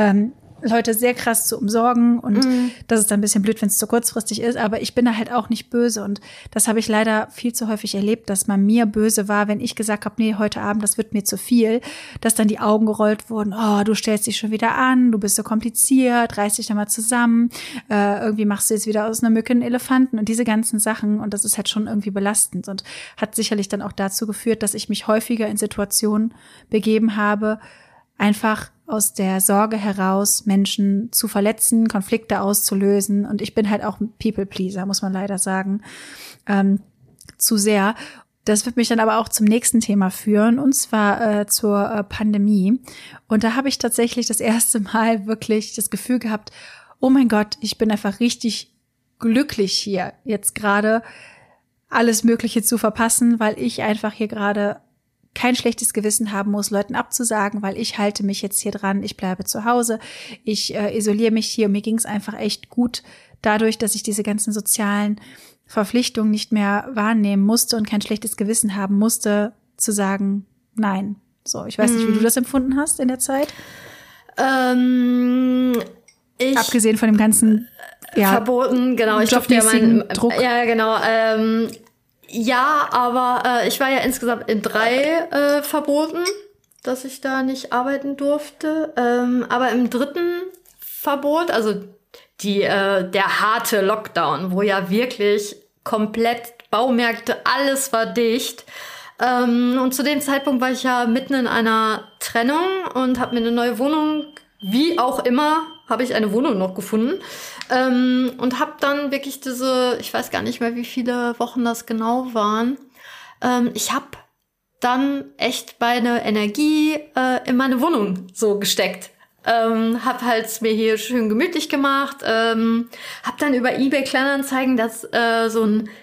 Leute sehr krass zu umsorgen und das ist dann ein bisschen blöd, wenn es zu kurzfristig ist, aber ich bin da halt auch nicht böse und das habe ich leider viel zu häufig erlebt, dass man mir böse war, wenn ich gesagt habe, nee, heute Abend, das wird mir zu viel, dass dann die Augen gerollt wurden, oh, du stellst dich schon wieder an, du bist so kompliziert, reiß dich da mal zusammen, irgendwie machst du jetzt wieder aus einer Mücke einen Elefanten und diese ganzen Sachen und das ist halt schon irgendwie belastend und hat sicherlich dann auch dazu geführt, dass ich mich häufiger in Situationen begeben habe, einfach aus der Sorge heraus, Menschen zu verletzen, Konflikte auszulösen. Und ich bin halt auch ein People-Pleaser, muss man leider sagen, zu sehr. Das wird mich dann aber auch zum nächsten Thema führen, und zwar zur Pandemie. Und da habe ich tatsächlich das erste Mal wirklich das Gefühl gehabt, oh mein Gott, ich bin einfach richtig glücklich hier, jetzt gerade alles Mögliche zu verpassen, weil ich einfach hier gerade kein schlechtes Gewissen haben muss, Leuten abzusagen, weil ich halte mich jetzt hier dran, ich bleibe zu Hause, ich isoliere mich hier und mir ging es einfach echt gut dadurch, dass ich diese ganzen sozialen Verpflichtungen nicht mehr wahrnehmen musste und kein schlechtes Gewissen haben musste, zu sagen, nein. So, ich weiß nicht, wie du das empfunden hast in der Zeit. Abgesehen von dem ganzen verboten, genau. Ich durfte ja Druck. Ja, genau. Ja, aber ich war ja insgesamt in 3 Verboten, dass ich da nicht arbeiten durfte. Aber im 3. Verbot, also der harte Lockdown, wo ja wirklich komplett Baumärkte, alles war dicht. Und zu dem Zeitpunkt war ich ja mitten in einer Trennung und habe mir eine neue Wohnung, wie auch immer, habe ich eine Wohnung noch gefunden. Und habe dann wirklich ich weiß gar nicht mehr, wie viele Wochen das genau waren. Ich habe dann echt meine Energie in meine Wohnung so gesteckt. Hab halt mir hier schön gemütlich gemacht. Hab dann über eBay Kleinanzeigen so ein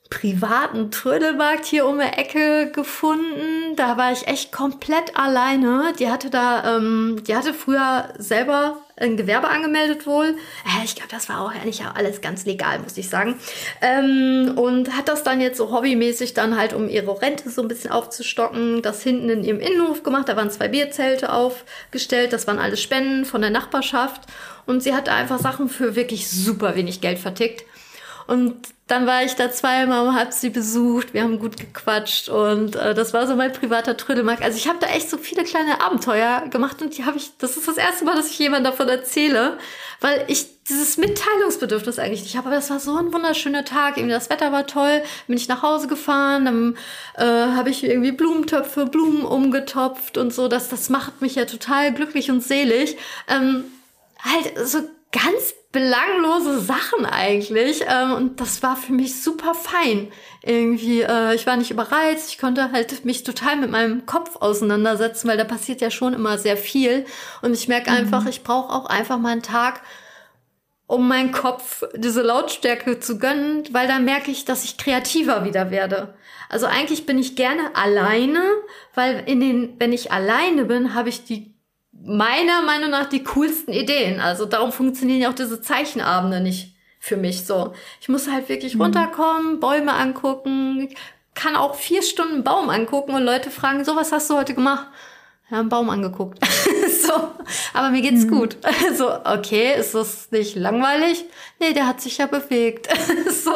privaten Trödelmarkt hier um die Ecke gefunden. Da war ich echt komplett alleine. Die hatte früher selber ein Gewerbe angemeldet wohl. Ich glaube, das war auch eigentlich alles ganz legal, muss ich sagen. Und hat das dann jetzt so hobbymäßig dann halt, um ihre Rente so ein bisschen aufzustocken, das hinten in ihrem Innenhof gemacht. Da waren 2 Bierzelte aufgestellt. Das waren alles Spenden von der Nachbarschaft. Und sie hat einfach Sachen für wirklich super wenig Geld vertickt. Und dann war ich da zweimal und hab sie besucht. Wir haben gut gequatscht und das war so mein privater Trödelmarkt. Also ich habe da echt so viele kleine Abenteuer gemacht und das ist das erste Mal, dass ich jemandem davon erzähle, weil ich dieses Mitteilungsbedürfnis eigentlich nicht habe. Aber das war so ein wunderschöner Tag. Irgendwie das Wetter war toll. Bin ich nach Hause gefahren, dann habe ich irgendwie Blumen umgetopft und so. Das macht mich ja total glücklich und selig. Halt so ganz belanglose Sachen eigentlich. Und das war für mich super fein. Irgendwie, ich war nicht überreizt. Ich konnte halt mich total mit meinem Kopf auseinandersetzen, weil da passiert ja schon immer sehr viel. Und ich merke einfach, ich brauche auch einfach mal einen Tag, um meinen Kopf diese Lautstärke zu gönnen, weil da merke ich, dass ich kreativer wieder werde. Also eigentlich bin ich gerne alleine, weil wenn ich alleine bin, habe ich meiner Meinung nach die coolsten Ideen. Also darum funktionieren ja auch diese Zeichenabende nicht für mich so. Ich muss halt wirklich runterkommen, Bäume angucken, kann auch 4 Stunden einen Baum angucken und Leute fragen, so, was hast du heute gemacht? Ja, einen Baum angeguckt. So, aber mir geht's gut. So, okay, ist das nicht langweilig? Nee, der hat sich ja bewegt. So,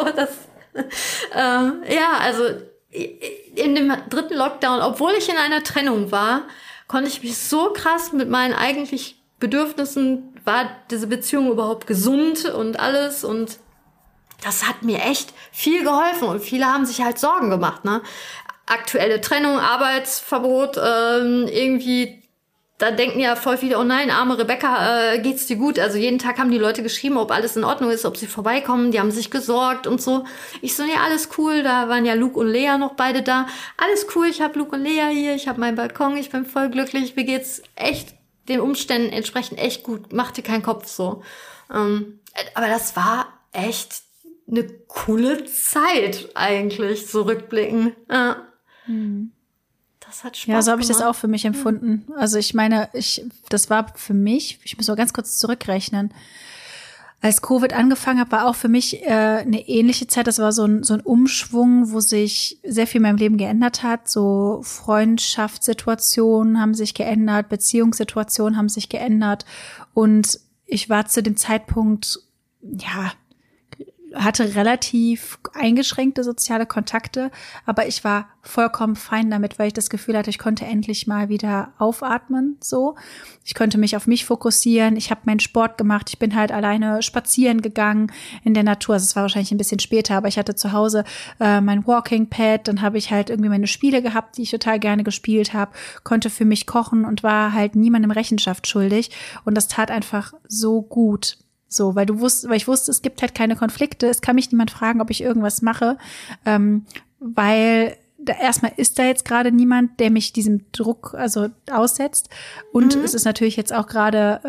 also in dem 3. Lockdown, obwohl ich in einer Trennung war, konnte ich mich so krass mit meinen eigentlich Bedürfnissen, war diese Beziehung überhaupt gesund und alles, und das hat mir echt viel geholfen und viele haben sich halt Sorgen gemacht, ne? Aktuelle Trennung, Arbeitsverbot, irgendwie, da denken ja voll viele, oh nein, arme Rebecca, geht's dir gut? Also jeden Tag haben die Leute geschrieben, ob alles in Ordnung ist, ob sie vorbeikommen, die haben sich gesorgt und so. Ich so, ja, alles cool, da waren ja Luke und Lea noch beide da. Alles cool, ich habe Luke und Lea hier, ich habe meinen Balkon, ich bin voll glücklich, mir geht's echt den Umständen entsprechend echt gut, mach dir keinen Kopf so. Aber das war echt eine coole Zeit eigentlich, so rückblickend. Ja. Das hat Spaß gemacht. Ja, so habe ich das auch für mich empfunden. Also ich meine, das war für mich, ich muss mal ganz kurz zurückrechnen, als Covid angefangen hat, war auch für mich eine ähnliche Zeit. Das war so ein Umschwung, wo sich sehr viel in meinem Leben geändert hat. So Freundschaftssituationen haben sich geändert, Beziehungssituationen haben sich geändert. Und ich war zu dem Zeitpunkt, ja, hatte relativ eingeschränkte soziale Kontakte, aber ich war vollkommen fein damit, weil ich das Gefühl hatte, ich konnte endlich mal wieder aufatmen, so. Ich konnte mich auf mich fokussieren, ich habe meinen Sport gemacht, ich bin halt alleine spazieren gegangen in der Natur. Also es war wahrscheinlich ein bisschen später, aber ich hatte zu Hause mein Walking Pad, dann habe ich halt irgendwie meine Spiele gehabt, die ich total gerne gespielt habe, konnte für mich kochen und war halt niemandem Rechenschaft schuldig, und das tat einfach so gut. So, weil ich wusste, es gibt halt keine Konflikte. Es kann mich niemand fragen, ob ich irgendwas mache, weil erstmal ist da jetzt gerade niemand, der mich diesem Druck aussetzt. Und es ist natürlich jetzt auch gerade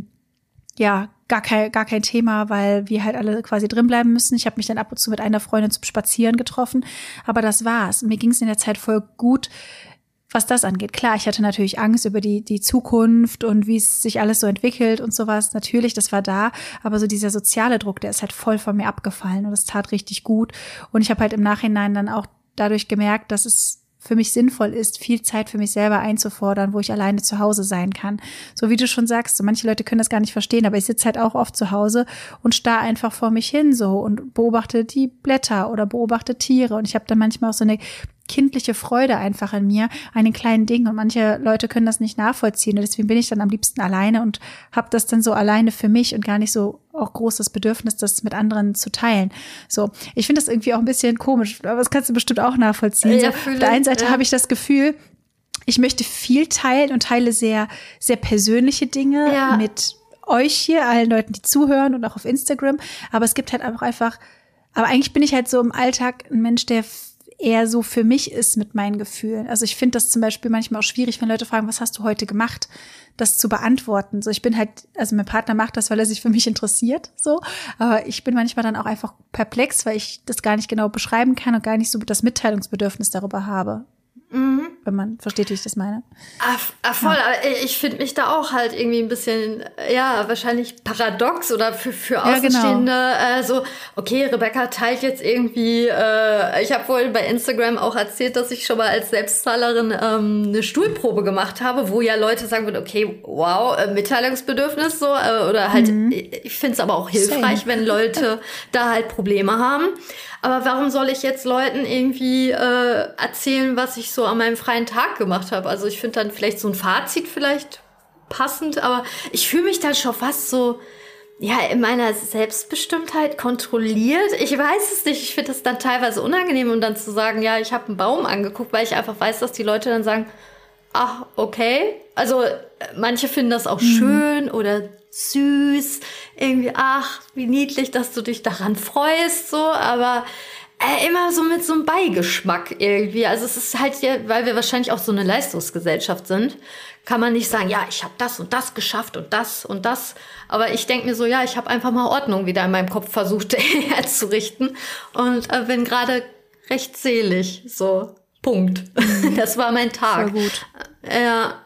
gar kein Thema, weil wir halt alle quasi drin bleiben müssen. Ich habe mich dann ab und zu mit einer Freundin zum Spazieren getroffen, aber das war's. Mir ging es in der Zeit voll gut, was das angeht. Klar, ich hatte natürlich Angst über die Zukunft und wie es sich alles so entwickelt und sowas. Natürlich, das war da, aber so dieser soziale Druck, der ist halt voll von mir abgefallen und das tat richtig gut. Und ich habe halt im Nachhinein dann auch dadurch gemerkt, dass es für mich sinnvoll ist, viel Zeit für mich selber einzufordern, wo ich alleine zu Hause sein kann. So wie du schon sagst, so manche Leute können das gar nicht verstehen, aber ich sitze halt auch oft zu Hause und starre einfach vor mich hin so und beobachte die Blätter oder beobachte Tiere, und ich habe dann manchmal auch so eine kindliche Freude einfach in mir, an den kleinen Dingen, und manche Leute können das nicht nachvollziehen und deswegen bin ich dann am liebsten alleine und habe das dann so alleine für mich und gar nicht so auch großes Bedürfnis, das mit anderen zu teilen. So, ich finde das irgendwie auch ein bisschen komisch, aber das kannst du bestimmt auch nachvollziehen. Ja, so, auf der einen Seite habe ich das Gefühl, ich möchte viel teilen und teile sehr, sehr persönliche Dinge mit euch hier, allen Leuten, die zuhören, und auch auf Instagram, aber es gibt halt auch einfach, aber eigentlich bin ich halt so im Alltag ein Mensch, der eher so für mich ist mit meinen Gefühlen. Also ich finde das zum Beispiel manchmal auch schwierig, wenn Leute fragen, was hast du heute gemacht, das zu beantworten. So, ich bin halt, also mein Partner macht das, weil er sich für mich interessiert, so. Aber ich bin manchmal dann auch einfach perplex, weil ich das gar nicht genau beschreiben kann und gar nicht so das Mitteilungsbedürfnis darüber habe. Wenn man versteht, wie ich das meine. Voll, aber ich finde mich da auch halt irgendwie ein bisschen, wahrscheinlich paradox oder für Außenstehende. Ja, genau. So, okay, Rebecca teilt jetzt irgendwie, ich habe wohl bei Instagram auch erzählt, dass ich schon mal als Selbstzahlerin eine Stuhlprobe gemacht habe, wo ja Leute sagen würden, okay, wow, Mitteilungsbedürfnis so, oder halt, ich finde es aber auch hilfreich, wenn Leute da halt Probleme haben. Aber warum soll ich jetzt Leuten irgendwie erzählen, was ich so an meinem freien Tag gemacht habe? Also ich finde dann vielleicht so ein Fazit vielleicht passend, aber ich fühle mich dann schon fast so, in meiner Selbstbestimmtheit kontrolliert. Ich weiß es nicht. Ich finde das dann teilweise unangenehm, um dann zu sagen, ja, ich habe einen Baum angeguckt, weil ich einfach weiß, dass die Leute dann sagen, ach, okay. Also manche finden das auch schön oder süß, irgendwie, ach, wie niedlich, dass du dich daran freust, so, aber immer so mit so einem Beigeschmack irgendwie. Also es ist halt, weil wir wahrscheinlich auch so eine Leistungsgesellschaft sind, kann man nicht sagen, ja, ich habe das und das geschafft und das und das. Aber ich denke mir so, ja, ich habe einfach mal Ordnung wieder in meinem Kopf versucht herzurichten und bin gerade recht selig, so, Punkt. Das war mein Tag. Voll gut. Ja,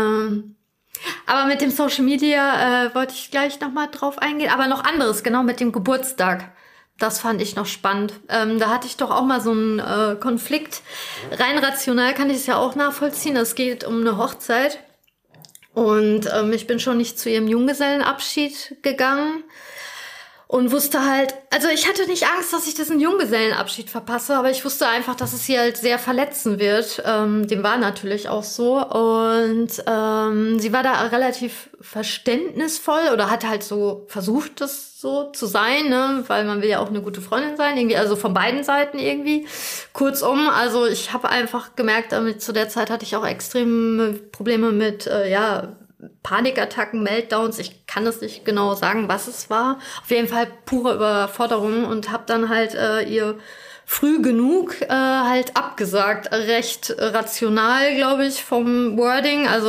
aber mit dem Social Media wollte ich gleich nochmal drauf eingehen. Aber noch anderes, genau mit dem Geburtstag. Das fand ich noch spannend. Da hatte ich doch auch mal so einen Konflikt. Rein rational kann ich es ja auch nachvollziehen. Es geht um eine Hochzeit. Und ich bin schon nicht zu ihrem Junggesellenabschied gegangen. Und wusste halt, also ich hatte nicht Angst, dass ich diesen Junggesellenabschied verpasse, aber ich wusste einfach, dass es sie halt sehr verletzen wird. Dem war natürlich auch so. Und sie war da relativ verständnisvoll oder hat halt so versucht, das so zu sein, ne? Weil man will ja auch eine gute Freundin sein, irgendwie, also von beiden Seiten irgendwie. Kurzum, also ich habe einfach gemerkt, damit zu der Zeit hatte ich auch extreme Probleme mit, Panikattacken, Meltdowns, ich kann das nicht genau sagen, was es war. Auf jeden Fall pure Überforderung und habe dann halt ihr früh genug halt abgesagt. Recht rational, glaube ich, vom Wording. Also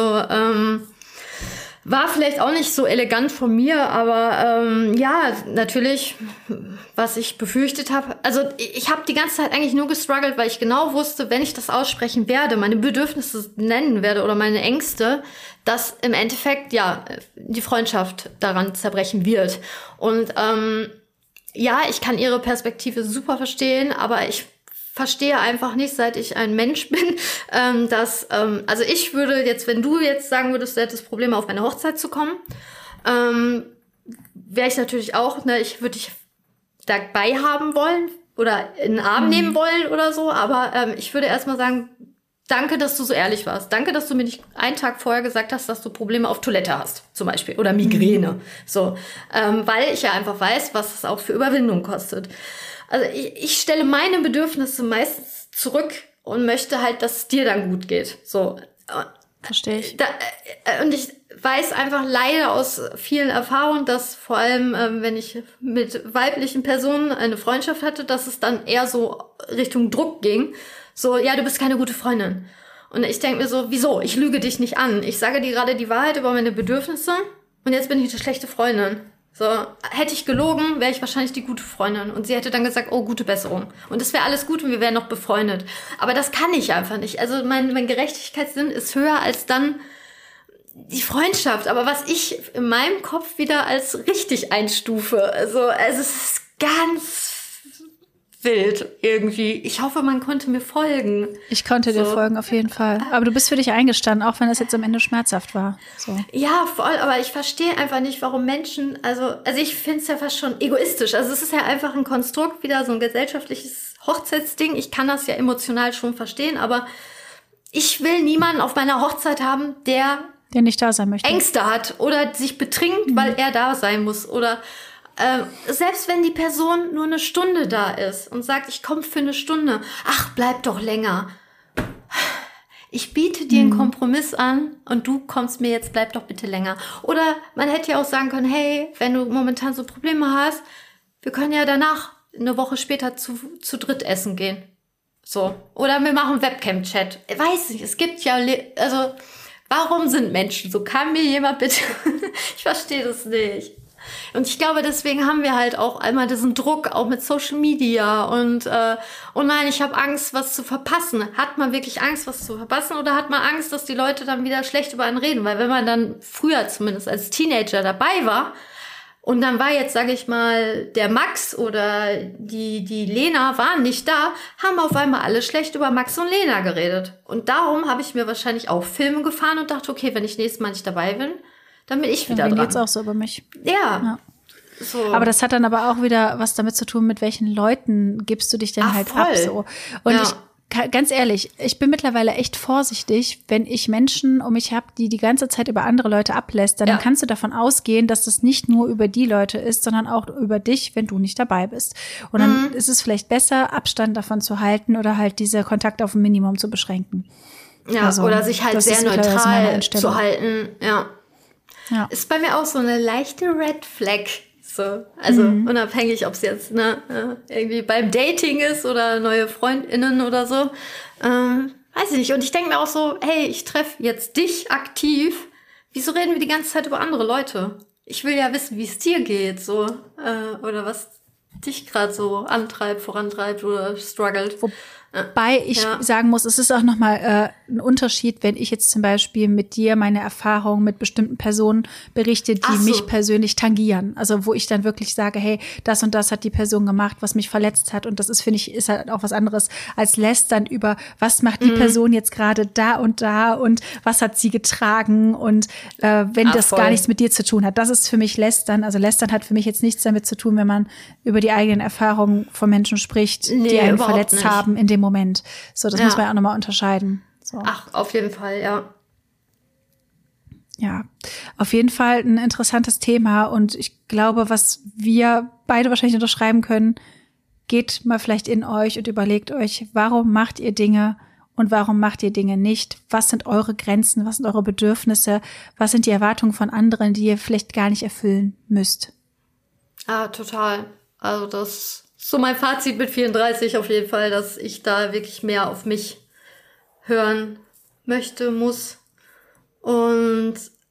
war vielleicht auch nicht so elegant von mir, aber natürlich, was ich befürchtet habe. Also ich habe die ganze Zeit eigentlich nur gestruggelt, weil ich genau wusste, wenn ich das aussprechen werde, meine Bedürfnisse nennen werde oder meine Ängste, dass im Endeffekt, die Freundschaft daran zerbrechen wird. Und ich kann ihre Perspektive super verstehen, aber ich verstehe einfach nicht, seit ich ein Mensch bin, dass, also ich würde jetzt, wenn du jetzt sagen würdest, du hättest Probleme, auf meine Hochzeit zu kommen, wäre ich natürlich auch, ne, ich würde dich dabei haben wollen oder in den Arm nehmen wollen oder so, aber ich würde erstmal sagen, danke, dass du so ehrlich warst. Danke, dass du mir nicht einen Tag vorher gesagt hast, dass du Probleme auf Toilette hast, zum Beispiel, oder Migräne, so, weil ich ja einfach weiß, was es auch für Überwindung kostet. Also ich stelle meine Bedürfnisse meistens zurück und möchte halt, dass es dir dann gut geht. So. Verstehe ich. Und ich weiß einfach leider aus vielen Erfahrungen, dass vor allem, wenn ich mit weiblichen Personen eine Freundschaft hatte, dass es dann eher so Richtung Druck ging. So, ja, du bist keine gute Freundin. Und ich denke mir so, wieso? Ich lüge dich nicht an. Ich sage dir gerade die Wahrheit über meine Bedürfnisse und jetzt bin ich eine schlechte Freundin. So, hätte ich gelogen, wäre ich wahrscheinlich die gute Freundin. Und sie hätte dann gesagt, oh, gute Besserung. Und es wäre alles gut und wir wären noch befreundet. Aber das kann ich einfach nicht. Also mein Gerechtigkeitssinn ist höher als dann die Freundschaft. Aber was ich in meinem Kopf wieder als richtig einstufe. Also es ist ganz wild irgendwie. Ich hoffe, man konnte mir folgen. Ich konnte dir folgen, auf jeden Fall. Aber du bist für dich eingestanden, auch wenn es jetzt am Ende schmerzhaft war. So. Ja, voll. Aber ich verstehe einfach nicht, warum Menschen, also ich finde es ja fast schon egoistisch. Also es ist ja einfach ein Konstrukt, wieder so ein gesellschaftliches Hochzeitsding. Ich kann das ja emotional schon verstehen, aber ich will niemanden auf meiner Hochzeit haben, der nicht da sein möchte. Ängste hat oder sich betrinkt, weil er da sein muss oder selbst wenn die Person nur eine Stunde da ist und sagt, ich komme für eine Stunde, ach, bleib doch länger. Ich biete dir einen Kompromiss an und du kommst mir jetzt, bleib doch bitte länger. Oder man hätte ja auch sagen können, hey, wenn du momentan so Probleme hast, wir können ja danach eine Woche später zu dritt essen gehen. So. Oder wir machen Webcam-Chat. Weiß nicht, es gibt ja, also, warum sind Menschen so? Kann mir jemand bitte, ich verstehe das nicht. Und ich glaube, deswegen haben wir halt auch einmal diesen Druck, auch mit Social Media und oh nein, ich habe Angst, was zu verpassen. Hat man wirklich Angst, was zu verpassen oder hat man Angst, dass die Leute dann wieder schlecht über einen reden? Weil wenn man dann früher zumindest als Teenager dabei war und dann war jetzt, sage ich mal, der Max oder die Lena waren nicht da, haben auf einmal alle schlecht über Max und Lena geredet. Und darum habe ich mir wahrscheinlich auch Filme gefahren und dachte, okay, wenn ich nächstes Mal nicht dabei bin, dann bin ich wieder dran. Dann geht's auch so über mich. Ja. So. Aber das hat dann aber auch wieder was damit zu tun, mit welchen Leuten gibst du dich denn halt voll. ab. So. Und ganz ehrlich, ich bin mittlerweile echt vorsichtig, wenn ich Menschen um mich habe, die ganze Zeit über andere Leute ablästern, dann kannst du davon ausgehen, dass das nicht nur über die Leute ist, sondern auch über dich, wenn du nicht dabei bist. Und dann ist es vielleicht besser, Abstand davon zu halten oder halt diese Kontakte auf ein Minimum zu beschränken. Ja, also, oder sich halt sehr neutral zu halten. Ja. Ist bei mir auch so eine leichte Red Flag. So. Also unabhängig, ob es jetzt irgendwie beim Dating ist oder neue FreundInnen oder so. Weiß ich nicht. Und ich denke mir auch so, hey, ich treffe jetzt dich aktiv. Wieso reden wir die ganze Zeit über andere Leute? Ich will ja wissen, wie es dir geht. So. Oder was dich gerade so antreibt, vorantreibt oder struggelt. Wobei ich sagen muss, es ist auch nochmal ein Unterschied, wenn ich jetzt zum Beispiel mit dir meine Erfahrungen mit bestimmten Personen berichte, die mich persönlich tangieren. Also wo ich dann wirklich sage, hey, das und das hat die Person gemacht, was mich verletzt hat. Und das ist, finde ich, ist halt auch was anderes als lästern über, was macht die Person jetzt gerade da und was hat sie getragen und wenn das gar nichts mit dir zu tun hat. Das ist für mich Lästern. Also Lästern hat für mich jetzt nichts damit zu tun, wenn man über die eigenen Erfahrungen von Menschen spricht, die einen verletzt haben in dem Moment. So, das muss man ja auch nochmal unterscheiden. So. Ach, auf jeden Fall, ja. Ja, auf jeden Fall ein interessantes Thema und ich glaube, was wir beide wahrscheinlich unterschreiben können, geht mal vielleicht in euch und überlegt euch, warum macht ihr Dinge und warum macht ihr Dinge nicht? Was sind eure Grenzen? Was sind eure Bedürfnisse? Was sind die Erwartungen von anderen, die ihr vielleicht gar nicht erfüllen müsst? Ah, total. Also das ist so mein Fazit mit 34 auf jeden Fall, dass ich da wirklich mehr auf mich hören möchte, muss. Und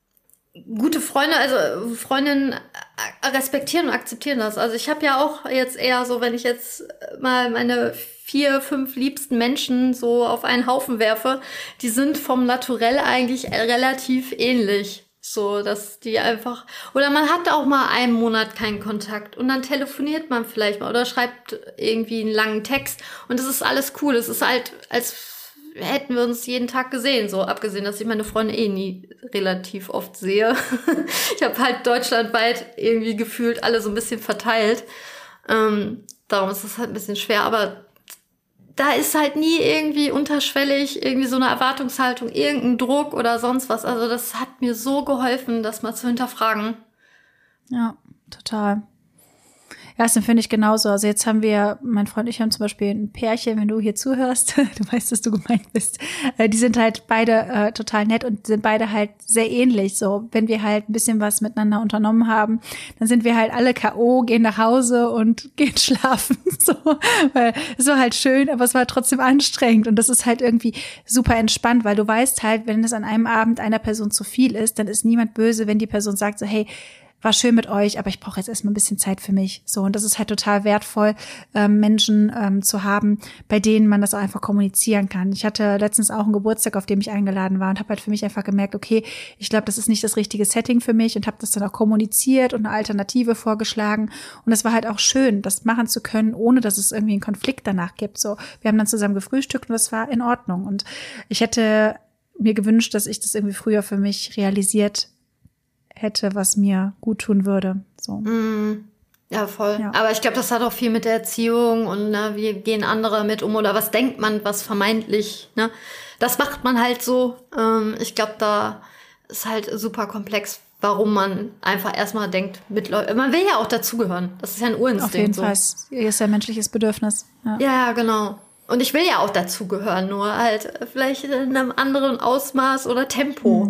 gute Freunde, also Freundinnen respektieren und akzeptieren das. Also ich habe ja auch jetzt eher so, wenn ich jetzt mal meine 4, 5 liebsten Menschen so auf einen Haufen werfe, die sind vom Naturell eigentlich relativ ähnlich. So, dass die einfach, oder man hat auch mal einen Monat keinen Kontakt und dann telefoniert man vielleicht mal oder schreibt irgendwie einen langen Text und das ist alles cool. Es ist halt, als hätten wir uns jeden Tag gesehen, so abgesehen, dass ich meine Freunde nie relativ oft sehe. Ich habe halt deutschlandweit irgendwie gefühlt alle so ein bisschen verteilt. Darum ist das halt ein bisschen schwer, aber da ist halt nie irgendwie unterschwellig irgendwie so eine Erwartungshaltung, irgendein Druck oder sonst was. Also das hat mir so geholfen, das mal zu hinterfragen. Ja, total. Ja, das empfinde ich genauso. Also jetzt haben wir, mein Freund und ich haben zum Beispiel ein Pärchen, wenn du hier zuhörst, du weißt, dass du gemeint bist. Die sind halt beide total nett und sind beide halt sehr ähnlich. So, wenn wir halt ein bisschen was miteinander unternommen haben, dann sind wir halt alle K.O., gehen nach Hause und gehen schlafen. So, weil es war halt schön, aber es war trotzdem anstrengend. Und das ist halt irgendwie super entspannt, weil du weißt halt, wenn es an einem Abend einer Person zu viel ist, dann ist niemand böse, wenn die Person sagt so, hey, war schön mit euch, aber ich brauche jetzt erstmal ein bisschen Zeit für mich. So, und das ist halt total wertvoll, Menschen zu haben, bei denen man das auch einfach kommunizieren kann. Ich hatte letztens auch einen Geburtstag, auf dem ich eingeladen war und habe halt für mich einfach gemerkt, okay, ich glaube, das ist nicht das richtige Setting für mich und habe das dann auch kommuniziert und eine Alternative vorgeschlagen. Und es war halt auch schön, das machen zu können, ohne dass es irgendwie einen Konflikt danach gibt. So, wir haben dann zusammen gefrühstückt und das war in Ordnung. Und ich hätte mir gewünscht, dass ich das irgendwie früher für mich realisiert hätte, was mir gut tun würde. So. Ja, voll. Ja. Aber ich glaube, das hat auch viel mit der Erziehung und wie gehen andere mit um oder was denkt man, was vermeintlich, ne? Das macht man halt so. Ich glaube, da ist halt super komplex, warum man einfach erstmal denkt, man will ja auch dazugehören. Das ist ja ein Urinstinkt. Auf jeden Fall. Ist ja ein menschliches Bedürfnis. Ja, genau. Und ich will ja auch dazugehören, nur halt vielleicht in einem anderen Ausmaß oder Tempo.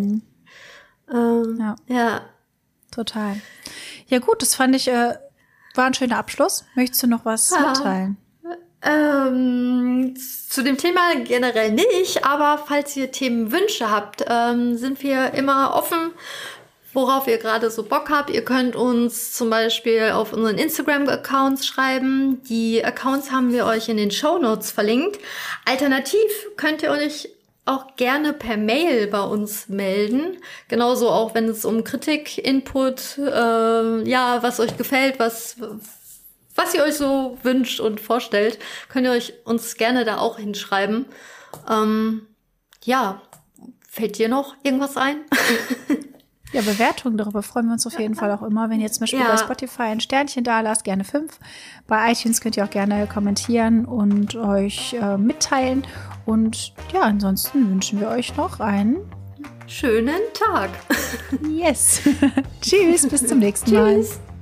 Ja. Total. Ja gut, das fand ich, war ein schöner Abschluss. Möchtest du noch was mitteilen? Zu dem Thema generell nicht, aber falls ihr Themenwünsche habt, sind wir immer offen, worauf ihr gerade so Bock habt. Ihr könnt uns zum Beispiel auf unseren Instagram-Accounts schreiben. Die Accounts haben wir euch in den Shownotes verlinkt. Alternativ könnt ihr euch auch gerne per Mail bei uns melden. Genauso auch, wenn es um Kritik, Input, was euch gefällt, was ihr euch so wünscht und vorstellt, könnt ihr euch uns gerne da auch hinschreiben. Fällt dir noch irgendwas ein? Ja, Bewertungen, darüber freuen wir uns auf jeden Fall auch immer. Wenn ihr zum Beispiel bei Spotify ein Sternchen da lasst, gerne 5. Bei iTunes könnt ihr auch gerne kommentieren und euch mitteilen. Und ja, ansonsten wünschen wir euch noch einen schönen Tag. Yes. Tschüss, bis zum nächsten Mal. Tschüss.